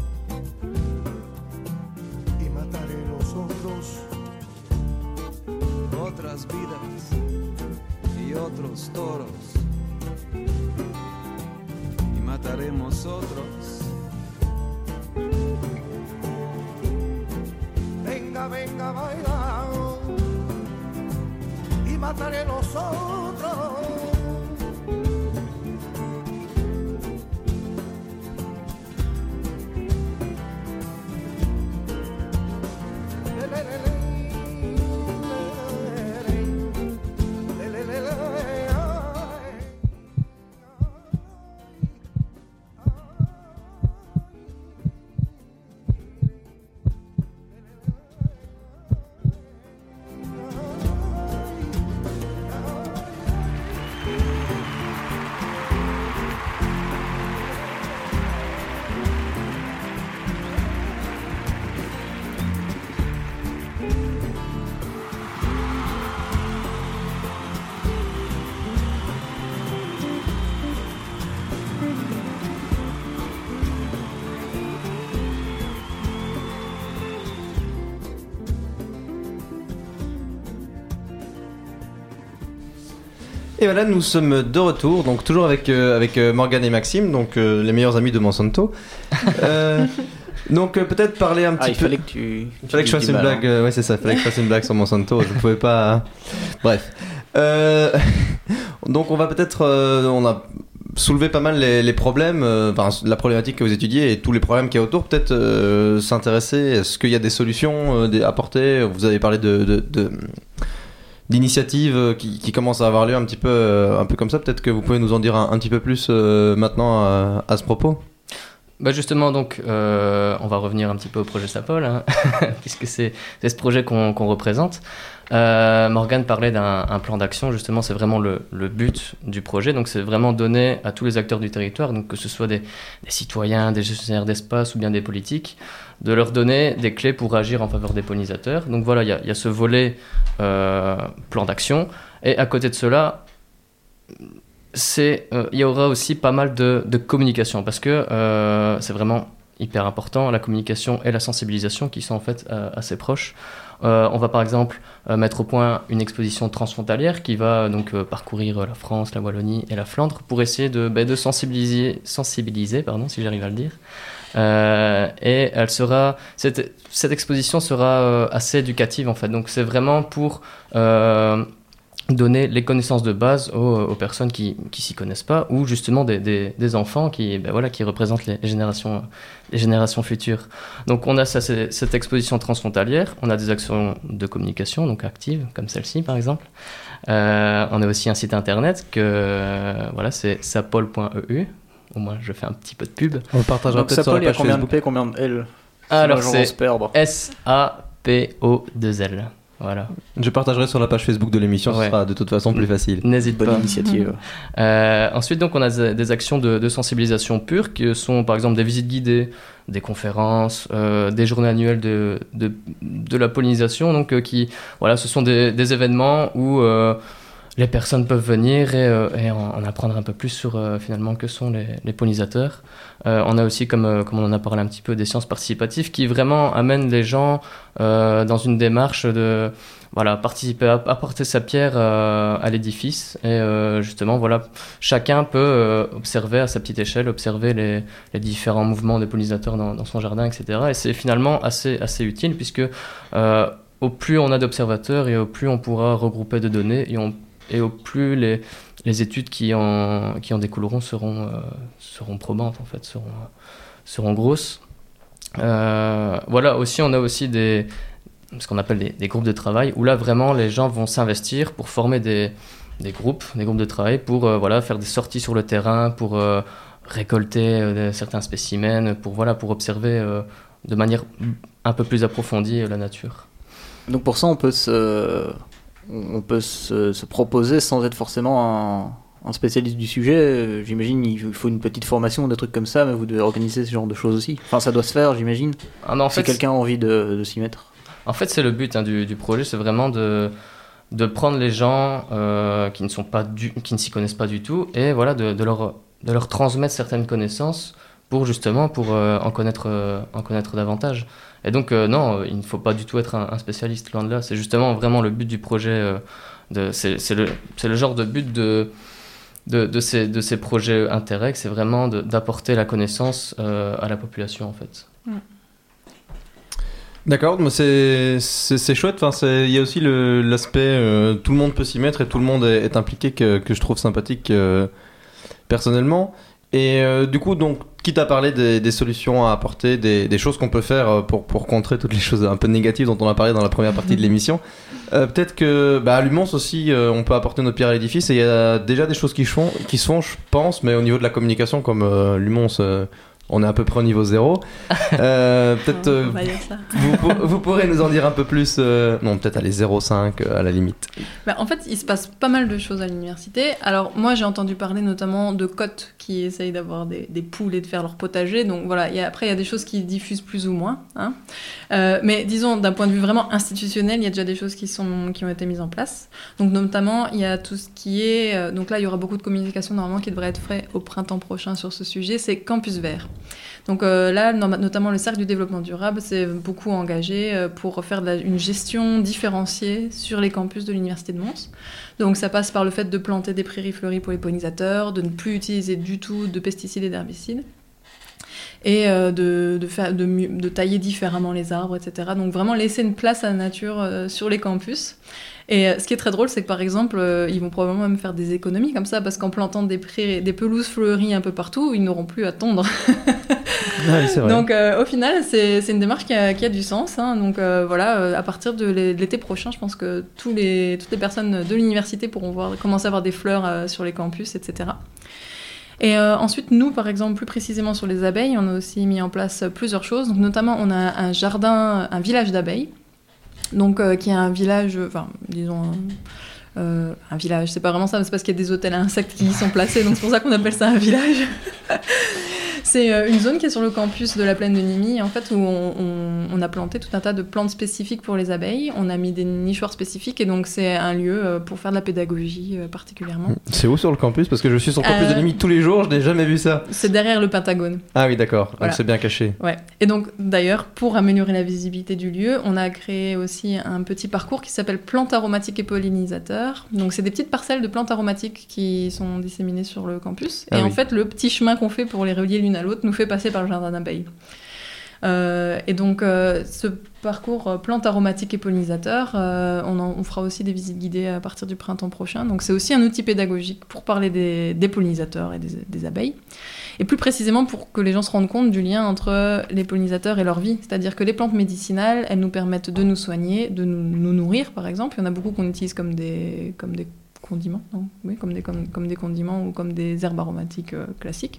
Y mataré los otros. Otras vidas y otros toros. Y mataremos otros. Venga, venga, baila. Y mataré los otros. Le, le, le, le. Et voilà, nous sommes de retour, donc toujours avec, euh, avec euh, Morgane et Maxime, donc euh, les meilleurs amis de Monsanto. euh, donc euh, peut-être parler un petit Ah, il peu... fallait que tu. Il fallait que je fasse une mal, blague, hein. euh, ouais c'est ça, il fallait que je fasse une blague sur Monsanto, je ne pouvais pas... Bref. Euh, donc on va peut-être... Euh, on a soulevé pas mal les, les problèmes, euh, enfin la problématique que vous étudiez et tous les problèmes qu'il y a autour, peut-être euh, s'intéresser, est-ce qu'il y a des solutions euh, des, apportées? Vous avez parlé de... de, de d'initiatives qui, qui commencent à avoir lieu un petit peu, un peu comme ça. Peut-être que vous pouvez nous en dire un, un petit peu plus euh, maintenant à, à ce propos. Bah justement, donc, euh, on va revenir un petit peu au projet Sapol, hein, puisque c'est, c'est ce projet qu'on, qu'on représente. Euh, Morgane parlait d'un un plan d'action, justement, c'est vraiment le, le but du projet. Donc, c'est vraiment donner à tous les acteurs du territoire, donc que ce soit des, des citoyens, des gestionnaires d'espace ou bien des politiques, de leur donner des clés pour agir en faveur des pollinisateurs. Donc voilà, il y a, y a ce volet euh, plan d'action. Et à côté de cela, c'est, euh, il y aura aussi pas mal de, de communication, parce que euh, c'est vraiment hyper important, la communication et la sensibilisation qui sont en fait euh, assez proches. Euh, on va par exemple euh, mettre au point une exposition transfrontalière qui va donc euh, parcourir la France, la Wallonie et la Flandre pour essayer de, bah, de sensibiliser, sensibiliser pardon, si j'arrive à le dire. Euh, et elle sera, cette, cette exposition sera euh, assez éducative en fait, donc c'est vraiment pour euh, donner les connaissances de base aux, aux personnes qui qui s'y connaissent pas, ou justement des, des, des enfants qui, ben voilà, qui représentent les générations, les générations futures. Donc on a ça, c'est, cette exposition transfrontalière, on a des actions de communication donc actives comme celle-ci par exemple. Euh, on a aussi un site internet que euh, voilà, c'est sapol point e u. Au moins je fais un petit peu de pub. On le partagera Donc peut-être sur Sapol, il y la a page combien de Facebook. P, combien de L? Alors Sinon, les gens vont c'est se perdre. S A P O deux L. Voilà. Je partagerai sur la page Facebook de l'émission, Ouais. ce sera de toute façon plus facile. N'hésite Bonne pas. initiative. Euh, ensuite, donc, on a des des actions de, de sensibilisation pure qui sont, par exemple, des visites guidées, des conférences, euh, des journées annuelles de, de, de la pollinisation. Donc, euh, qui, voilà, ce sont des, des événements où euh, les personnes peuvent venir et, euh, et en, en apprendre un peu plus sur, euh, finalement, que sont les, les pollinisateurs. Euh, on a aussi, comme, euh, comme on en a parlé un petit peu, des sciences participatives qui vraiment amènent les gens euh, dans une démarche de... Voilà, participer, apporter sa pierre euh, à l'édifice et euh, justement, voilà, chacun peut euh, observer à sa petite échelle, observer les, les différents mouvements des pollinisateurs dans, dans son jardin, et cetera. Et c'est finalement assez, assez utile puisque euh, au plus on a d'observateurs et au plus on pourra regrouper de données et, on, et au plus les, les études qui en, qui en découleront seront, euh, seront probantes, en fait, seront, seront grosses. Euh, voilà, aussi, on a aussi des... ce qu'on appelle des, des groupes de travail, où là vraiment les gens vont s'investir pour former des, des groupes, des groupes de travail pour euh, voilà, faire des sorties sur le terrain, pour euh, récolter euh, certains spécimens, pour, voilà, pour observer euh, de manière un peu plus approfondie euh, la nature. Donc pour ça, on peut se, on peut se, se proposer sans être forcément un, un spécialiste du sujet. Euh, J'imagine il faut une petite formation, des trucs comme ça, mais vous devez organiser ce genre de choses aussi. Enfin, ça doit se faire, j'imagine, Ah, mais en si fait, quelqu'un a envie de, de s'y mettre. En fait, c'est le but hein, du, du projet, c'est vraiment de, de prendre les gens euh, qui ne sont pas du, qui ne s'y connaissent pas du tout et voilà, de, de, leur, de leur transmettre certaines connaissances pour justement pour euh, en connaître, euh, en connaître davantage. Et donc euh, non, il ne faut pas du tout être un, un spécialiste loin de là. C'est justement vraiment le but du projet. Euh, de, c'est, c'est, le, c'est le genre de but de de, de ces de ces projets Interreg, c'est vraiment de, d'apporter la connaissance euh, à la population en fait. Mm. D'accord, mais c'est, c'est, c'est chouette. Enfin, c'est, il y a aussi le, l'aspect euh, tout le monde peut s'y mettre et tout le monde est, est impliqué que, que je trouve sympathique euh, personnellement. Et euh, du coup, donc, quitte à parler des, des solutions à apporter, des, des choses qu'on peut faire pour, pour contrer toutes les choses un peu négatives dont on a parlé dans la première partie de l'émission, euh, peut-être que bah, à Lumons aussi, euh, on peut apporter notre pierre à l'édifice. Et il y a déjà des choses qui, font, qui se font, je pense, mais au niveau de la communication, comme euh, Lumons... Euh, on est à peu près au niveau zéro. Euh, peut-être euh, On va dire ça. vous, pour- vous pourrez nous en dire un peu plus. euh, Non, peut-être aller zéro virgule cinq euh, à la limite. Bah, en fait, il se passe pas mal de choses à l'université. Alors, moi, j'ai entendu parler notamment de cotes qui essayent d'avoir des, des poules et de faire leur potager. Donc, voilà. Il y a- après, il y a des choses qui diffusent plus ou moins. Hein. Euh, mais disons, d'un point de vue vraiment institutionnel, il y a déjà des choses qui, sont, qui ont été mises en place. Donc, notamment, il y a tout ce qui est... euh, donc là, il y aura beaucoup de communication, normalement, qui devrait être fait au printemps prochain sur ce sujet. C'est Campus Vert. Donc euh, là, no- notamment le Cercle du développement durable s'est beaucoup engagé euh, pour faire de la- une gestion différenciée sur les campus de l'Université de Mons. Donc ça passe par le fait de planter des prairies fleuries pour les pollinisateurs, de ne plus utiliser du tout de pesticides et d'herbicides, et euh, de, de, faire, de, mu- de tailler différemment les arbres, et cetera. Donc vraiment laisser une place à la nature euh, sur les campus. Et euh, ce qui est très drôle, c'est que par exemple, euh, ils vont probablement même faire des économies comme ça, parce qu'en plantant des, prairies, des pelouses fleuries un peu partout, ils n'auront plus à tondre. Ah oui, c'est vrai. Donc euh, au final, c'est, c'est une démarche qui a, qui a du sens. Hein. Donc euh, voilà, euh, à partir de l'é- de l'été prochain, je pense que tous les, toutes les personnes de l'université pourront voir, commencer à avoir des fleurs euh, sur les campus, et cetera. Et euh, ensuite, nous, par exemple, plus précisément sur les abeilles, on a aussi mis en place plusieurs choses. Donc, notamment, on a un jardin, un village d'abeilles, donc euh, qui est un village, enfin, disons, un, euh, un village. C'est pas vraiment ça, mais c'est parce qu'il y a des hôtels à insectes qui y sont placés, donc c'est pour ça qu'on appelle ça un village. C'est une zone qui est sur le campus de la plaine de Nimy, en fait, où on, on, on a planté tout un tas de plantes spécifiques pour les abeilles. On a mis des nichoirs spécifiques, et donc c'est un lieu pour faire de la pédagogie particulièrement. C'est où sur le campus? Parce que je suis sur le campus euh... de Nimy tous les jours, je n'ai jamais vu ça. C'est derrière le Pentagone. Ah oui, d'accord, voilà. Donc c'est bien caché. Ouais. Et donc, d'ailleurs, pour améliorer la visibilité du lieu, on a créé aussi un petit parcours qui s'appelle plantes aromatiques et pollinisateurs. Donc, c'est des petites parcelles de plantes aromatiques qui sont disséminées sur le campus. Ah et oui. En fait, le petit chemin qu'on fait pour les relier l'une à l'autre nous fait passer par le jardin d'abeilles. Euh, et donc, euh, ce parcours euh, plantes aromatiques et pollinisateurs, euh, on, en, on fera aussi des visites guidées à partir du printemps prochain. Donc, c'est aussi un outil pédagogique pour parler des, des pollinisateurs et des, des abeilles. Et plus précisément, pour que les gens se rendent compte du lien entre les pollinisateurs et leur vie. C'est-à-dire que les plantes médicinales, elles nous permettent de nous soigner, de nous, nous nourrir, par exemple. Il y en a beaucoup qu'on utilise comme des, comme des condiments, non oui, comme des, comme, comme des condiments ou comme des herbes aromatiques euh, classiques.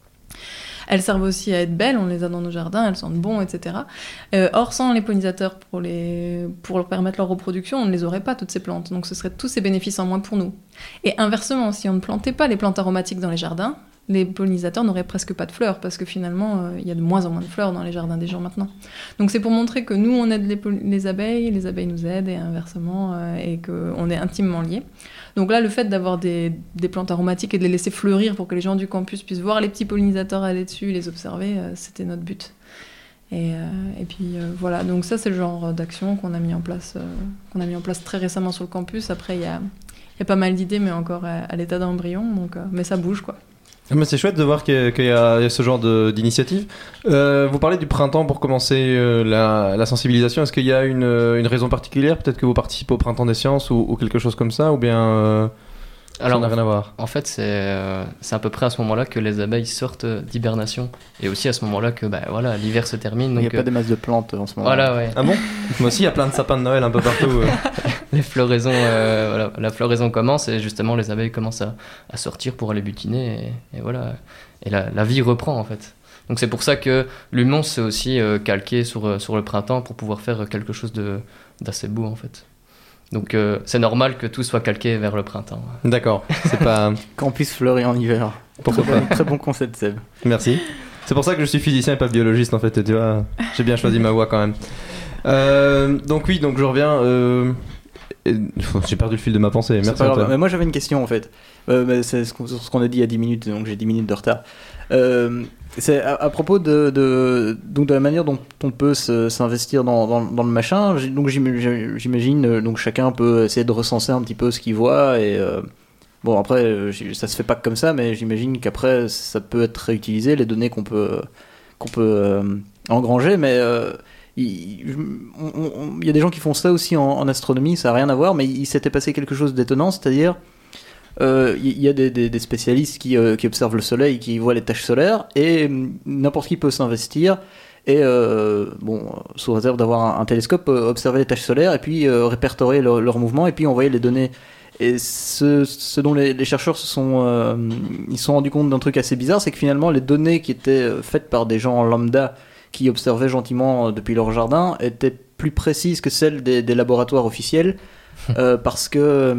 Elles servent aussi à être belles, on les a dans nos jardins, elles sentent bon, et cetera. Euh, or, sans les pollinisateurs pour, les... pour leur permettre leur reproduction, on ne les aurait pas, toutes ces plantes. Donc ce serait tous ces bénéfices en moins pour nous. Et inversement, si on ne plantait pas les plantes aromatiques dans les jardins, les pollinisateurs n'auraient presque pas de fleurs, parce que finalement, euh, il y a de moins en moins de fleurs dans les jardins des gens maintenant. Donc c'est pour montrer que nous, on aide les, poll- les abeilles, les abeilles nous aident, et inversement, euh, et qu'on est intimement liés. Donc là, le fait d'avoir des, des plantes aromatiques et de les laisser fleurir pour que les gens du campus puissent voir les petits pollinisateurs aller dessus, les observer, euh, c'était notre but. Et, euh, et puis euh, voilà, donc ça c'est le genre d'action qu'on a mis en place, euh, qu'on a mis en place très récemment sur le campus. Après, il y a, y a pas mal d'idées, mais encore à, à l'état d'embryon, donc, euh, mais ça bouge quoi. Mais c'est chouette de voir qu'il y a, qu'il y a ce genre de, d'initiative. Euh, vous parlez du printemps pour commencer euh, la, la sensibilisation. Est-ce qu'il y a une, une raison particulière? Peut-être que vous participez au Printemps des Sciences ou, ou quelque chose comme ça, ou bien euh, alors, ça n'a rien à voir? En fait, c'est, euh, c'est à peu près à ce moment-là que les abeilles sortent d'hibernation. Et aussi à ce moment-là que bah, voilà, l'hiver se termine. Il n'y a donc, pas des masses de plantes en ce moment. Voilà, ouais. Ah bon? Moi aussi, il y a plein de sapins de Noël un peu partout. Euh. Les floraisons, euh, voilà, la floraison commence et justement les abeilles commencent à, à sortir pour aller butiner. Et, et voilà. Et la, la vie reprend en fait. Donc c'est pour ça que l'humour s'est aussi euh, calqué sur, sur le printemps pour pouvoir faire quelque chose de, d'assez beau en fait. Donc euh, c'est normal que tout soit calqué vers le printemps. D'accord. C'est pas... Campus fleurit en hiver. Pourquoi pas? Très bon concept, Seb. Merci. C'est pour ça que je suis physicien et pas biologiste en fait. Tu vois, j'ai bien choisi ma voie quand même. Euh, donc oui, donc je reviens... Euh... Et... J'ai perdu le fil de ma pensée. Merci. Mais moi j'avais une question en fait. Euh, bah, c'est ce qu'on, ce qu'on a dit il y a dix minutes, donc j'ai dix minutes de retard. Euh, c'est à, à propos de, de, donc de la manière dont on peut se, s'investir dans, dans, dans le machin. Donc j'imagine, donc chacun peut essayer de recenser un petit peu ce qu'il voit. Et euh, bon, après, ça se fait pas comme ça, mais j'imagine qu'après ça peut être réutilisé, les données qu'on peut, qu'on peut euh, engranger. Mais euh, il, on, on, il y a des gens qui font ça aussi en, en astronomie, ça n'a rien à voir, mais il s'était passé quelque chose d'étonnant, c'est-à-dire il euh, y a des, des, des spécialistes qui, euh, qui observent le soleil, qui voient les taches solaires, et n'importe qui peut s'investir et, euh, bon, sous réserve d'avoir un, un télescope, euh, observer les taches solaires et puis euh, répertorier leur, leur mouvement et puis envoyer les données. Et ce, ce dont les, les chercheurs se sont, euh, ils se sont rendus compte d'un truc assez bizarre, c'est que finalement les données qui étaient faites par des gens lambda qui observaient gentiment depuis leur jardin étaient plus précises que celles des, des laboratoires officiels, euh, parce que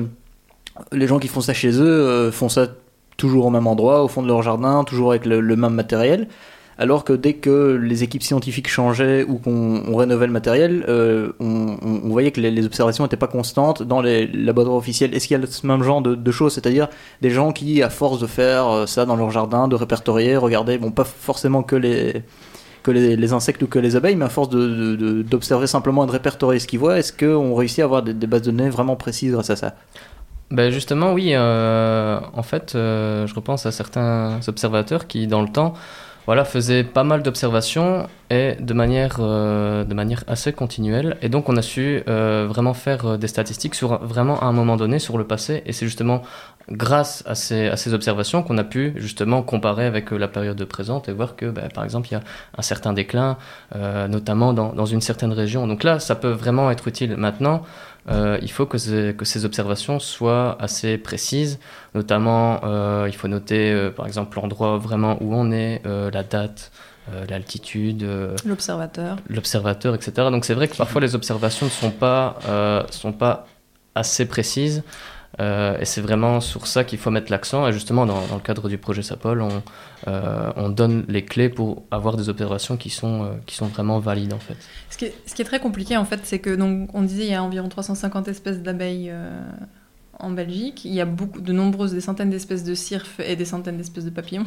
les gens qui font ça chez eux euh, font ça toujours au même endroit, au fond de leur jardin, toujours avec le, le même matériel, alors que dès que les équipes scientifiques changeaient ou qu'on on rénovait le matériel, euh, on, on voyait que les, les observations n'étaient pas constantes dans les laboratoires officiels. Est-ce qu'il y a ce même genre de, de choses, c'est-à-dire des gens qui, à force de faire ça dans leur jardin, de répertorier, regarder, bon, pas forcément que les... que les, les insectes ou que les abeilles, mais à force de, de, de, d'observer simplement et de répertorier ce qu'ils voient, est-ce qu'on réussit à avoir des, des bases de données vraiment précises grâce à ça? Ben justement, oui. Euh, en fait, euh, je repense à certains observateurs qui, dans le temps, voilà, faisaient pas mal d'observations et de manière, euh, de manière assez continuelle. Et donc, on a su euh, vraiment faire des statistiques sur vraiment à un moment donné sur le passé. Et c'est justement grâce à ces, à ces observations qu'on a pu justement comparer avec euh, la période présente et voir que, bah, par exemple, il y a un certain déclin, euh, notamment dans, dans une certaine région. Donc là, ça peut vraiment être utile. Maintenant, euh, il faut que ces, que ces observations soient assez précises. Notamment, euh, il faut noter, euh, par exemple, l'endroit vraiment où on est, euh, la date, euh, l'altitude, euh, L'observateur. l'observateur, et cetera. Donc c'est vrai que parfois les observations ne sont pas, euh, sont pas assez précises. Euh, et c'est vraiment sur ça qu'il faut mettre l'accent. Et justement, dans, dans le cadre du projet SAPOL, on, euh, on donne les clés pour avoir des observations qui sont, euh, qui sont vraiment valides, en fait. Ce qui est, ce qui est très compliqué, en fait, c'est que, donc, on disait, il y a environ trois cent cinquante espèces d'abeilles euh, en Belgique. Il y a beaucoup, de nombreuses, des centaines d'espèces de cirfes et des centaines d'espèces de papillons.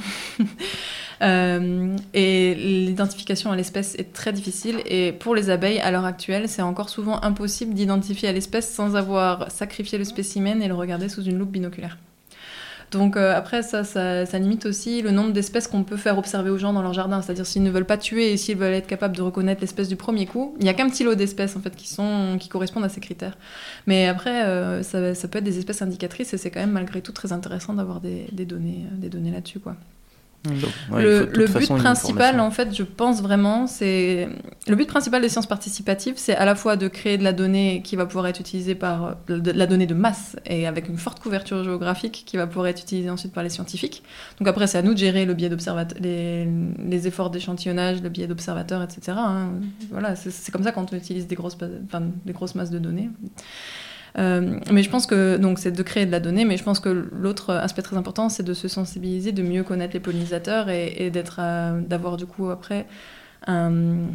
euh, et l'identification à l'espèce est très difficile. Et pour les abeilles, à l'heure actuelle, c'est encore souvent impossible d'identifier à l'espèce sans avoir sacrifié le spécimen et le regarder sous une loupe binoculaire. Donc euh, après, ça, ça, ça limite aussi le nombre d'espèces qu'on peut faire observer aux gens dans leur jardin. C'est-à-dire s'ils ne veulent pas tuer et s'ils veulent être capables de reconnaître l'espèce du premier coup, il n'y a qu'un petit lot d'espèces en fait, qui, sont, qui correspondent à ces critères. Mais après, euh, ça, ça peut être des espèces indicatrices et c'est quand même malgré tout très intéressant d'avoir des, des, données, des données là-dessus, quoi. Donc, ouais, le il faut de toute le façon but une principal, information. en fait, je pense vraiment, c'est le but principal des sciences participatives, c'est à la fois de créer de la donnée qui va pouvoir être utilisée par de la donnée de masse et avec une forte couverture géographique qui va pouvoir être utilisée ensuite par les scientifiques. Donc après, c'est à nous de gérer le biais d'observat- les, les efforts d'échantillonnage, le biais d'observateurs, et cetera. Hein. Voilà, c'est, c'est comme ça quand on utilise des grosses, enfin, des grosses masses de données. Euh, mais je pense que donc c'est de créer de la donnée, mais je pense que l'autre aspect très important, c'est de se sensibiliser, de mieux connaître les pollinisateurs et, et d'être, euh, d'avoir du coup après un,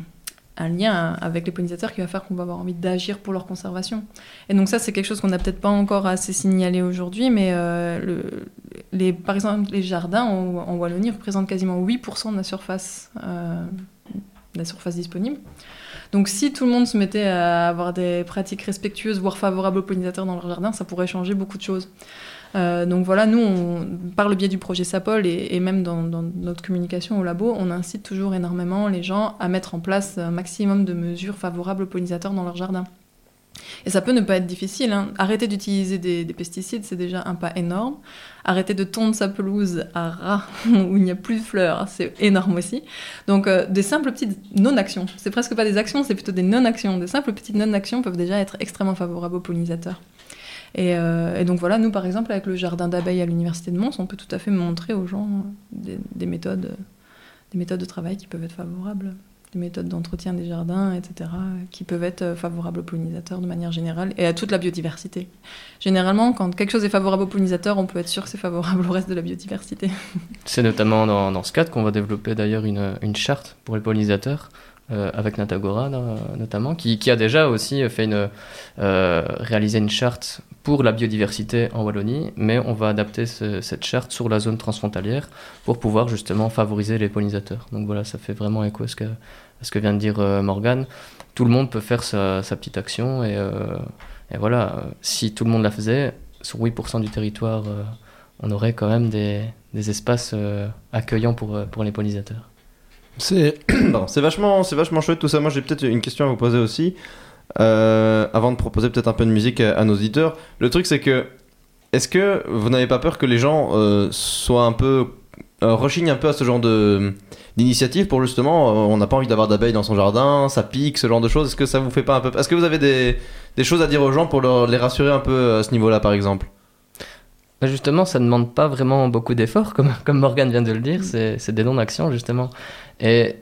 un lien avec les pollinisateurs qui va faire qu'on va avoir envie d'agir pour leur conservation. Et donc ça, c'est quelque chose qu'on n'a peut-être pas encore assez signalé aujourd'hui, mais euh, le, les, par exemple, les jardins en, en Wallonie représentent quasiment huit pour cent de la surface, euh, de la surface disponible. Donc si tout le monde se mettait à avoir des pratiques respectueuses, voire favorables aux pollinisateurs dans leur jardin, ça pourrait changer beaucoup de choses. Euh, donc voilà, nous, on, par le biais du projet SAPOL et, et même dans, dans notre communication au labo, on incite toujours énormément les gens à mettre en place un maximum de mesures favorables aux pollinisateurs dans leur jardin. Et ça peut ne pas être difficile, hein. Arrêter d'utiliser des, des pesticides, c'est déjà un pas énorme. Arrêter de tondre sa pelouse à ras où il n'y a plus de fleurs, c'est énorme aussi. Donc euh, des simples petites non-actions, c'est presque pas des actions, c'est plutôt des non-actions. Des simples petites non-actions peuvent déjà être extrêmement favorables aux pollinisateurs. Et, euh, et donc voilà, nous par exemple avec le jardin d'abeilles à l'université de Mons, on peut tout à fait montrer aux gens des, des, méthodes, des méthodes de travail qui peuvent être favorables. Des méthodes d'entretien des jardins, et cetera, qui peuvent être favorables aux pollinisateurs de manière générale et à toute la biodiversité. Généralement, quand quelque chose est favorable aux pollinisateurs, on peut être sûr que c'est favorable au reste de la biodiversité. C'est notamment dans, dans ce cadre qu'on va développer d'ailleurs une, une charte pour les pollinisateurs, euh, avec Natagora no- notamment, qui, qui a déjà aussi fait une, euh, réalisé une charte pour la biodiversité en Wallonie, mais on va adapter ce, cette charte sur la zone transfrontalière pour pouvoir justement favoriser les pollinisateurs. Donc voilà, ça fait vraiment écho à ce que, à ce que vient de dire euh, Morgane. Tout le monde peut faire sa, sa petite action et, euh, et voilà, euh, si tout le monde la faisait, sur huit pour cent du territoire, euh, on aurait quand même des, des espaces euh, accueillants pour, euh, pour les pollinisateurs. C'est, Pardon, c'est, vachement, c'est vachement chouette tout ça. Moi j'ai peut-être une question à vous poser aussi. Euh, avant de proposer peut-être un peu de musique à, à nos auditeurs, le truc c'est que est-ce que vous n'avez pas peur que les gens euh, soient un peu euh, rechignent un peu à ce genre de d'initiative pour justement euh, on n'a pas envie d'avoir d'abeilles dans son jardin, ça pique, ce genre de choses. Est-ce que ça vous fait pas un peu, est-ce que vous avez des, des choses à dire aux gens pour leur, les rassurer un peu à ce niveau-là par exemple? Bah justement, ça ne demande pas vraiment beaucoup d'efforts, comme, comme Morgane vient de le dire, c'est, c'est des non-actions justement. Et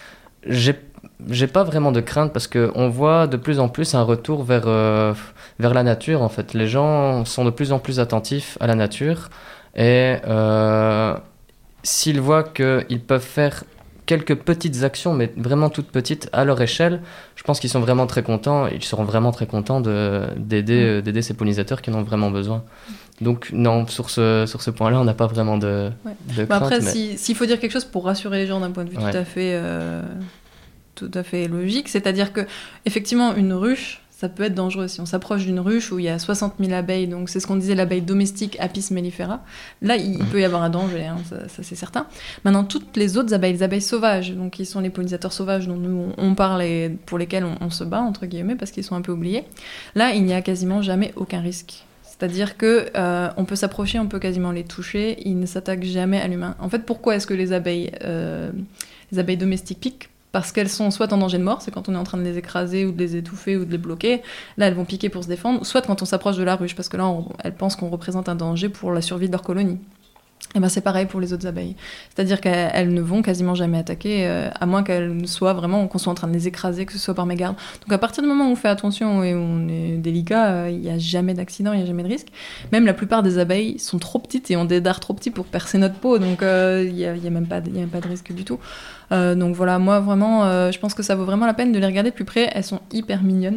j'ai J'ai pas vraiment de crainte parce qu'on voit de plus en plus un retour vers, euh, vers la nature en fait. Les gens sont de plus en plus attentifs à la nature et euh, s'ils voient qu'ils peuvent faire quelques petites actions, mais vraiment toutes petites à leur échelle, je pense qu'ils sont vraiment très contents, ils seront vraiment très contents de, d'aider, d'aider ces pollinisateurs qui en ont vraiment besoin. Donc non, sur ce, sur ce point-là, on n'a pas vraiment de, Ouais. de Bah crainte. après, mais... si, s'il faut dire quelque chose pour rassurer les gens d'un point de vue Ouais. tout à fait... Euh... tout à fait logique, c'est-à-dire que effectivement une ruche, ça peut être dangereux si on s'approche d'une ruche où il y a soixante mille abeilles, donc c'est ce qu'on disait l'abeille domestique Apis mellifera. Là, il, il peut y avoir un danger, hein, ça, ça c'est certain. Maintenant, toutes les autres abeilles, les abeilles sauvages, donc qui sont les pollinisateurs sauvages dont nous on, on parle et pour lesquels on, on se bat entre guillemets parce qu'ils sont un peu oubliés. Là, il n'y a quasiment jamais aucun risque. C'est-à-dire que euh, on peut s'approcher, on peut quasiment les toucher, ils ne s'attaquent jamais à l'humain. En fait, pourquoi est-ce que les abeilles, euh, les abeilles domestiques piquent ? Parce qu'elles sont soit en danger de mort, c'est quand on est en train de les écraser ou de les étouffer ou de les bloquer. Là, elles vont piquer pour se défendre, soit quand on s'approche de la ruche, parce que là, on, elles pensent qu'on représente un danger pour la survie de leur colonie. Et ben c'est pareil pour les autres abeilles. C'est-à-dire qu'elles ne vont quasiment jamais attaquer, euh, à moins qu'elles soient vraiment, qu'on soit en train de les écraser, que ce soit par mégarde. Donc à partir du moment où on fait attention et où on est délicat, il euh, n'y a jamais d'accident, il n'y a jamais de risque. Même la plupart des abeilles sont trop petites et ont des dards trop petits pour percer notre peau, donc il euh, n'y a, y a, même pas de, y a même pas de risque du tout. Euh, donc voilà, moi vraiment, euh, je pense que ça vaut vraiment la peine de les regarder de plus près. Elles sont hyper mignonnes.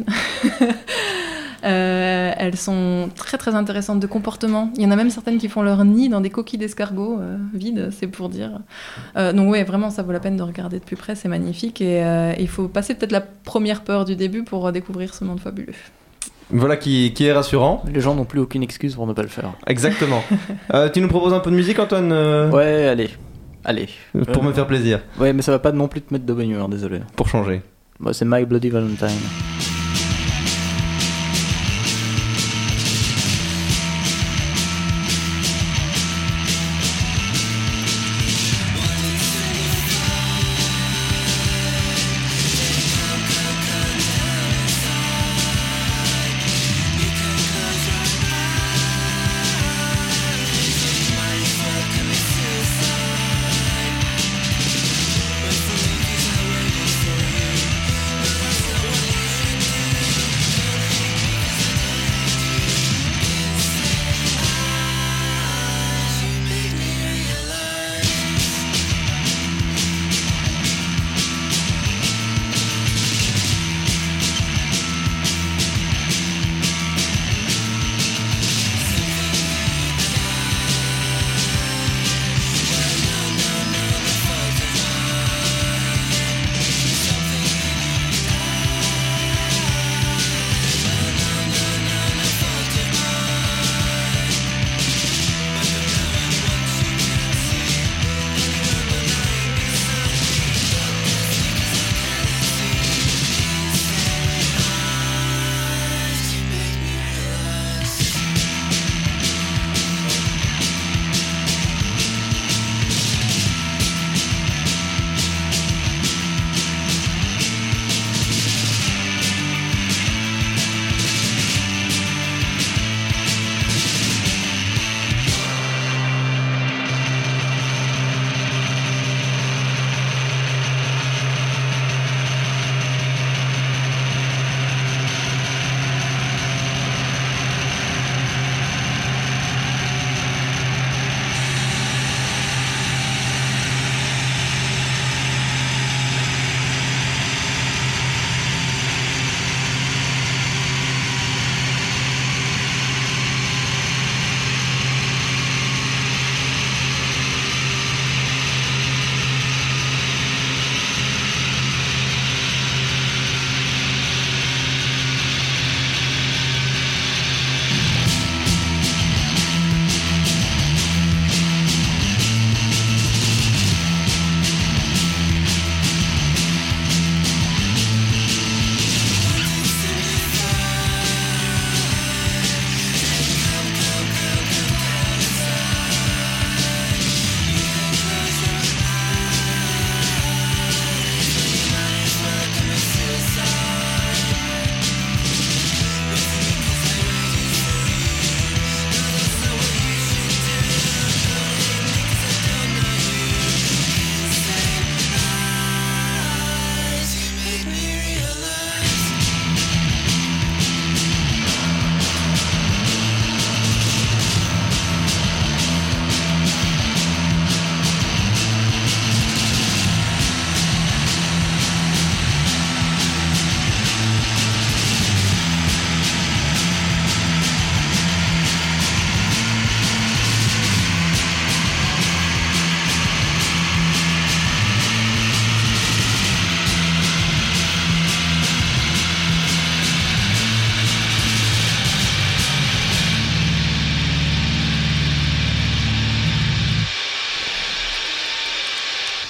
Euh, elles sont très très intéressantes de comportement. Il y en a même certaines qui font leur nid dans des coquilles d'escargots euh, vides, c'est pour dire. Euh, donc oui, vraiment, ça vaut la peine de regarder de plus près, c'est magnifique. Et euh, il faut passer peut-être la première peur du début pour découvrir ce monde fabuleux. Voilà qui, qui est rassurant. Les gens n'ont plus aucune excuse pour ne pas le faire. Exactement. euh, tu nous proposes un peu de musique, Antoine euh... Ouais, allez. Allez. Pour euh, me faire plaisir. Ouais, mais ça va pas non plus te mettre de bonne humeur, désolé. Pour changer. Bah, c'est My Bloody Valentine. But for me, 'cause I waited for you.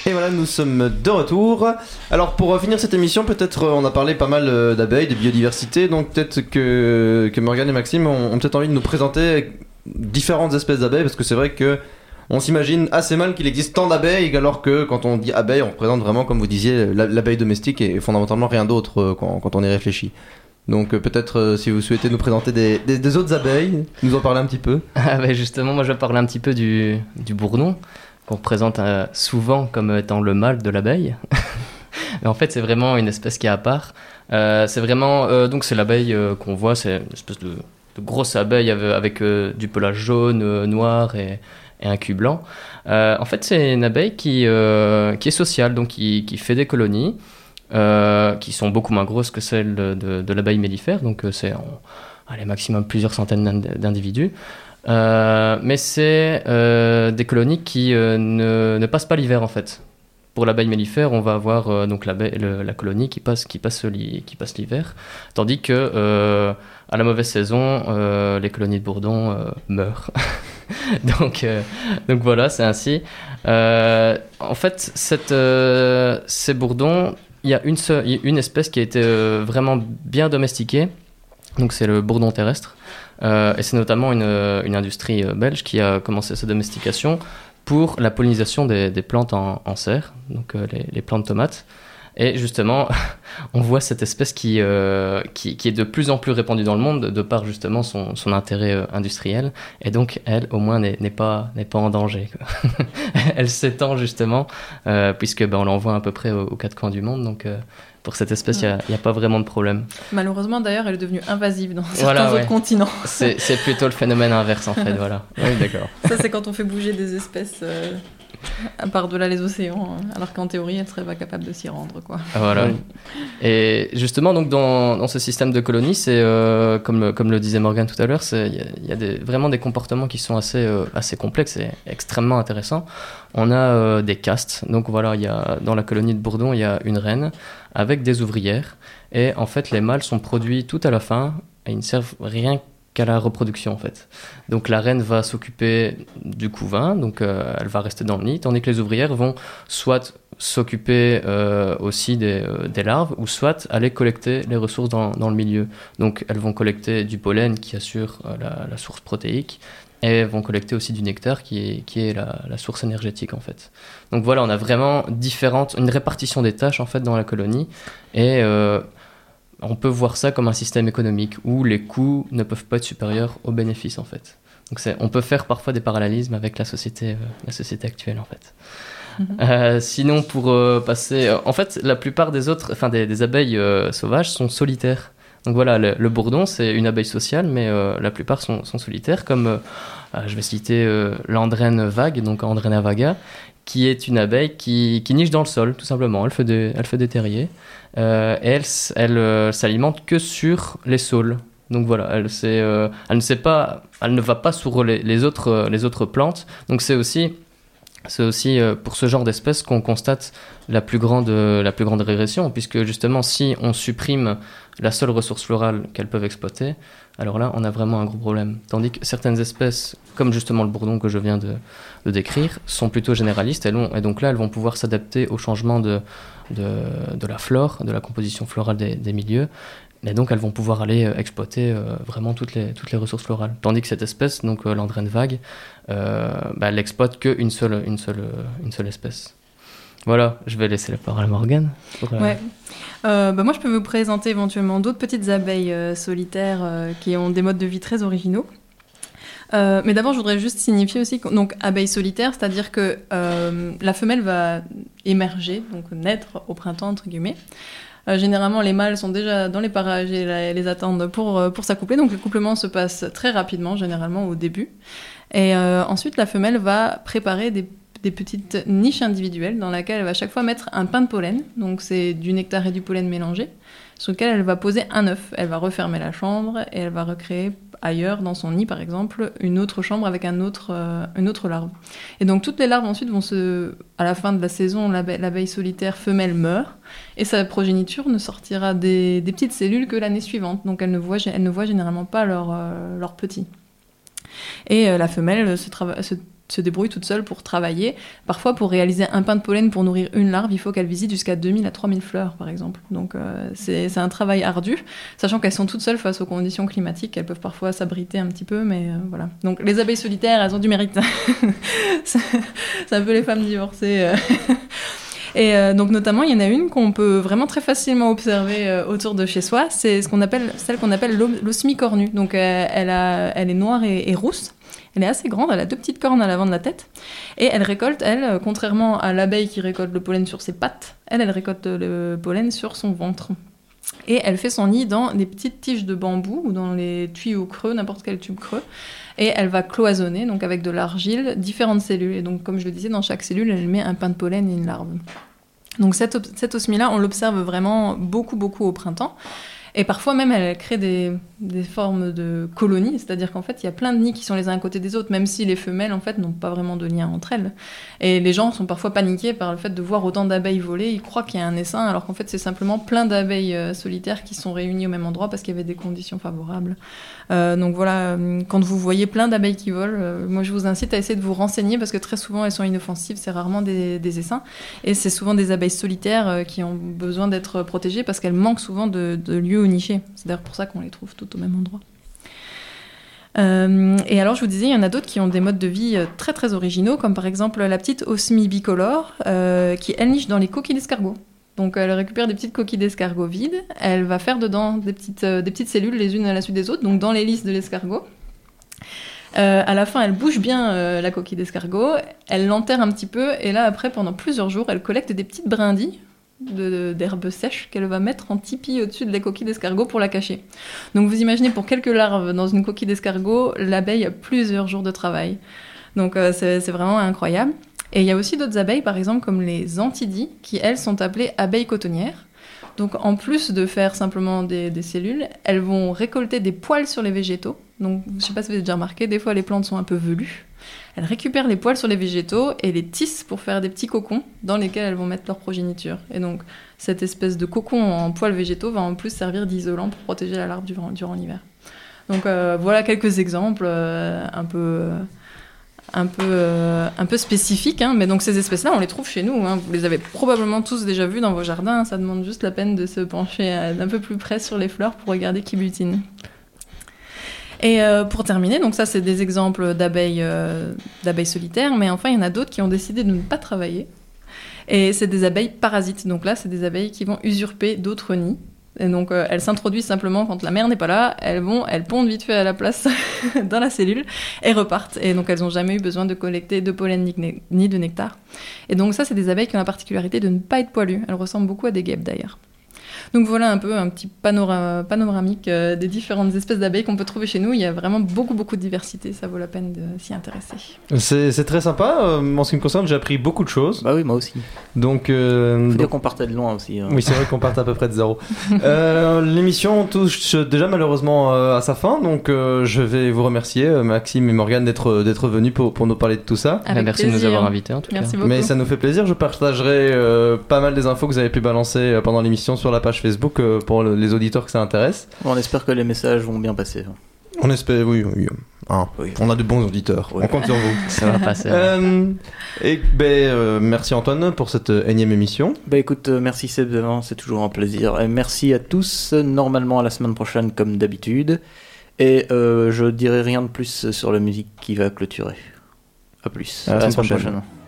Et voilà, nous sommes de retour. Alors pour euh, finir cette émission, peut-être euh, on a parlé pas mal euh, d'abeilles, de biodiversité, donc peut-être que, que Morgane et Maxime ont, ont peut-être envie de nous présenter différentes espèces d'abeilles, parce que c'est vrai que on s'imagine assez mal qu'il existe tant d'abeilles, alors que quand on dit abeille, on représente vraiment, comme vous disiez, la- l'abeille domestique et fondamentalement rien d'autre euh, quand, quand on y réfléchit. Donc euh, peut-être euh, si vous souhaitez nous présenter des, des, des autres abeilles, nous en parler un petit peu. Ah bah justement, moi je vais parler un petit peu du, du bourdon, qu'on représente euh, souvent comme étant le mâle de l'abeille. Mais en fait, c'est vraiment une espèce qui est à part. Euh, c'est vraiment, euh, donc c'est l'abeille euh, qu'on voit, c'est une espèce de, de grosse abeille avec, avec euh, du pelage jaune, euh, noir et, et un cul blanc. Euh, en fait, c'est une abeille qui, euh, qui est sociale, donc qui, qui fait des colonies. Euh, qui sont beaucoup moins grosses que celles de, de, de l'abeille mellifère, donc euh, c'est en, allez, maximum plusieurs centaines d'ind- d'individus. Euh, mais c'est euh, des colonies qui euh, ne, ne passent pas l'hiver en fait. Pour l'abeille mellifère, on va avoir euh, donc l'abeille- le- la colonie qui passe, qui passe, li- qui passe l'hiver, tandis que euh, à la mauvaise saison, euh, les colonies de bourdons euh, meurent. donc, euh, donc voilà, c'est ainsi. Euh, en fait, cette, euh, ces bourdons, il y a une, seule, il y a une espèce qui a été euh, vraiment bien domestiquée, donc c'est le bourdon terrestre. Euh, et c'est notamment une, une industrie euh, belge qui a commencé sa domestication pour la pollinisation des, des plantes en, en serre, donc euh, les, les plantes tomates. Et justement, on voit cette espèce qui, euh, qui, qui est de plus en plus répandue dans le monde de par justement son, son intérêt euh, industriel. Et donc, elle, au moins, n'est, n'est, pas, n'est pas en danger, quoi. Elle s'étend justement, euh, puisque ben, on l'envoie à peu près aux, aux quatre coins du monde. Donc, euh, pour cette espèce, il n'y a, a pas vraiment de problème. Malheureusement, d'ailleurs, elle est devenue invasive dans certains Voilà, autres ouais. continents. C'est, c'est plutôt le phénomène inverse, en fait. Voilà. Oui, d'accord. Ça, c'est quand on fait bouger des espèces euh, par-delà les océans, hein, alors qu'en théorie, elles seraient pas capables de s'y rendre, quoi. Voilà. Oui. Et justement, donc dans, dans ce système de colonies, c'est euh, comme, le- comme le disait Morgane tout à l'heure, c'est- il y a, il y a des, vraiment des comportements qui sont assez, euh, assez complexes et extrêmement intéressants. On a euh, des castes. Donc voilà, il y a, dans la colonie de Bourdon, il y a une reine avec des ouvrières. Et en fait, les mâles sont produits tout à la fin et ils ne servent rien qu'à la reproduction en fait. Donc la reine va s'occuper du couvain, donc euh, elle va rester dans le nid, tandis que les ouvrières vont soit s'occuper euh, aussi des, euh, des larves, ou soit aller collecter les ressources dans, dans le milieu. Donc elles vont collecter du pollen qui assure euh, la, la source protéique, et elles vont collecter aussi du nectar qui est, qui est la, la source énergétique en fait. Donc voilà, on a vraiment différentes, une répartition des tâches en fait dans la colonie, et euh, on peut voir ça comme un système économique où les coûts ne peuvent pas être supérieurs aux bénéfices en fait. Donc c'est, on peut faire parfois des parallélismes avec la société, euh, la société actuelle en fait. Mhm. Euh, sinon pour euh, passer, euh, en fait la plupart des autres, enfin des, des abeilles euh, sauvages sont solitaires. Donc voilà, le, le bourdon c'est une abeille sociale, mais euh, la plupart sont, sont solitaires. Comme euh, euh, je vais citer euh, l'andrène vague, donc Andrena vaga, qui est une abeille qui, qui niche dans le sol tout simplement. Elle fait des, elle fait des terriers. Euh, et elle, s- elle euh, s'alimente que sur les saules. Donc voilà, elle, sait, euh, elle ne sait pas, elle ne va pas sur les, les autres, euh, les autres plantes. Donc c'est aussi, c'est aussi euh, pour ce genre d'espèce qu'on constate la plus grande, euh, la plus grande régression, puisque justement si on supprime la seule ressource florale qu'elles peuvent exploiter, alors là on a vraiment un gros problème. Tandis que certaines espèces, comme justement le bourdon que je viens de, de décrire, sont plutôt généralistes, elles ont, et donc là elles vont pouvoir s'adapter au changement de, de, de la flore, de la composition florale des, des milieux, et donc elles vont pouvoir aller euh, exploiter euh, vraiment toutes les, toutes les ressources florales. Tandis que cette espèce, donc euh, l'andrène vague, euh, bah, elle n'exploite qu'une seule, une seule, euh, une seule espèce. Voilà, je vais laisser la parole à Morgane. Pour, euh, Ouais. Euh, bah moi, je peux vous présenter éventuellement d'autres petites abeilles euh, solitaires euh, qui ont des modes de vie très originaux. Euh, mais d'abord, je voudrais juste signifier aussi que, donc, abeille solitaire, c'est-à-dire que euh, la femelle va émerger, donc naître au printemps, entre guillemets. Euh, généralement, les mâles sont déjà dans les parages et la- les attendent pour, euh, pour s'accoupler, donc le couplement se passe très rapidement, généralement au début. Et euh, ensuite, la femelle va préparer des des petites niches individuelles dans lesquelles elle va chaque fois mettre un pain de pollen, donc c'est du nectar et du pollen mélangés, sur lequel elle va poser un œuf. Elle va refermer la chambre et elle va recréer ailleurs, dans son nid par exemple, une autre chambre avec un autre, euh, une autre larve. Et donc toutes les larves ensuite vont se... À la fin de la saison, l'abeille, l'abeille solitaire femelle meurt et sa progéniture ne sortira des, des petites cellules que l'année suivante, donc elle ne voit, elle ne voit généralement pas leurs euh, leurs petits. Et euh, la femelle se, trava- se se débrouille toute seule pour travailler. Parfois, pour réaliser un pain de pollen pour nourrir une larve, il faut qu'elle visite jusqu'à deux mille à trois mille fleurs, par exemple. Donc, euh, c'est, c'est un travail ardu, sachant qu'elles sont toutes seules face aux conditions climatiques. Elles peuvent parfois s'abriter un petit peu, mais euh, voilà. Donc, les abeilles solitaires, elles ont du mérite. c'est, c'est un peu les femmes divorcées. Euh. Et euh, donc, notamment, il y en a une qu'on peut vraiment très facilement observer euh, autour de chez soi. C'est ce qu'on appelle, celle qu'on appelle l'osmie cornue. Donc, euh, elle, a, elle est noire et, et rousse. Elle est assez grande, elle a deux petites cornes à l'avant de la tête. Et elle récolte, elle, contrairement à l'abeille qui récolte le pollen sur ses pattes, elle, elle récolte le pollen sur son ventre. Et elle fait son nid dans des petites tiges de bambou ou dans les tuyaux creux, n'importe quel tube creux. Et elle va cloisonner, donc avec de l'argile, différentes cellules. Et donc, comme je le disais, dans chaque cellule, elle met un pain de pollen et une larve. Donc cette, cette osmie-là, on l'observe vraiment beaucoup, beaucoup au printemps. Et parfois même, elle crée des, des formes de colonies, c'est-à-dire qu'en fait, il y a plein de nids qui sont les uns à côté des autres, même si les femelles, en fait, n'ont pas vraiment de lien entre elles. Et les gens sont parfois paniqués par le fait de voir autant d'abeilles voler, ils croient qu'il y a un essaim, alors qu'en fait, c'est simplement plein d'abeilles euh, solitaires qui sont réunies au même endroit parce qu'il y avait des conditions favorables. Euh, donc voilà, euh, quand vous voyez plein d'abeilles qui volent, euh, moi je vous incite à essayer de vous renseigner parce que très souvent, elles sont inoffensives, c'est rarement des, des essaims. Et c'est souvent des abeilles solitaires euh, qui ont besoin d'être protégées parce qu'elles manquent souvent de, de lieux nichés. C'est d'ailleurs pour ça qu'on les trouve toutes au même endroit. Euh, et alors, je vous disais, il y en a d'autres qui ont des modes de vie très très originaux, comme par exemple la petite osmie bicolore, euh, qui elle niche dans les coquilles d'escargot. Donc, elle récupère des petites coquilles d'escargot vides, elle va faire dedans des petites, euh, des petites cellules les unes à la suite des autres, donc dans l'hélice de l'escargot. Euh, à la fin, elle bouge bien euh, la coquille d'escargot, elle l'enterre un petit peu, et là, après, pendant plusieurs jours, elle collecte des petites brindilles De, de, d'herbes sèches qu'elle va mettre en tipi au-dessus de la coquille d'escargot pour la cacher. Donc vous imaginez pour quelques larves dans une coquille d'escargot, l'abeille a plusieurs jours de travail. Donc euh, c'est, c'est vraiment incroyable. Et il y a aussi d'autres abeilles, par exemple comme les antidies, qui elles sont appelées abeilles cotonnières. Donc en plus de faire simplement des, des cellules, elles vont récolter des poils sur les végétaux. Donc je ne sais pas si vous avez déjà remarqué, des fois les plantes sont un peu velues. Elles récupèrent les poils sur les végétaux et les tissent pour faire des petits cocons dans lesquels elles vont mettre leur progéniture. Et donc, cette espèce de cocon en poils végétaux va en plus servir d'isolant pour protéger la larve durant, durant l'hiver. Donc, euh, voilà quelques exemples euh, un peu, un peu, euh, un peu spécifiques. Hein. Mais donc, ces espèces-là, on les trouve chez nous. Hein. Vous les avez probablement tous déjà vues dans vos jardins. Ça demande juste la peine de se pencher d'un peu plus près sur les fleurs pour regarder qui butine. Et euh, pour terminer, donc ça c'est des exemples d'abeilles, euh, d'abeilles solitaires, mais enfin il y en a d'autres qui ont décidé de ne pas travailler. Et c'est des abeilles parasites, donc là c'est des abeilles qui vont usurper d'autres nids. Et donc euh, elles s'introduisent simplement quand la mère n'est pas là, elles vont, elles pondent vite fait à la place dans la cellule et repartent. Et donc elles n'ont jamais eu besoin de collecter de pollen ni, ni de nectar. Et donc ça c'est des abeilles qui ont la particularité de ne pas être poilues. Elles ressemblent beaucoup à des guêpes d'ailleurs. Donc voilà un peu un petit panora- panoramique euh, des différentes espèces d'abeilles qu'on peut trouver chez nous. Il y a vraiment beaucoup beaucoup de diversité, ça vaut la peine de s'y intéresser. C'est, c'est très sympa, euh, en ce qui me concerne j'ai appris beaucoup de choses. Bah oui, moi aussi. Donc, euh, faut donc... dire qu'on partait de loin aussi. Hein. Oui, c'est vrai qu'on part à peu près de zéro. euh, l'émission touche déjà malheureusement euh, à sa fin, donc euh, je vais vous remercier euh, Maxime et Morgane d'être, d'être venus pour, pour nous parler de tout ça. Avec Merci plaisir. de nous avoir invités en tout Merci cas. beaucoup. Mais ça nous fait plaisir, je partagerai euh, pas mal des infos que vous avez pu balancer euh, pendant l'émission sur la page Facebook euh, pour le, les auditeurs que ça intéresse. Bon, on espère que les messages vont bien passer. On espère, oui, oui. Hein, Oui. On a de bons auditeurs, Oui. on compte sur vous. Ça va passer. Euh, et ben, euh, merci Antoine pour cette énième émission. Bah écoute, euh, merci Seb, vraiment, c'est toujours un plaisir. Et merci à tous, normalement à la semaine prochaine comme d'habitude. Et euh, je dirai rien de plus sur la musique qui va clôturer. A plus, À la à la semaine semaine prochaine. prochaine.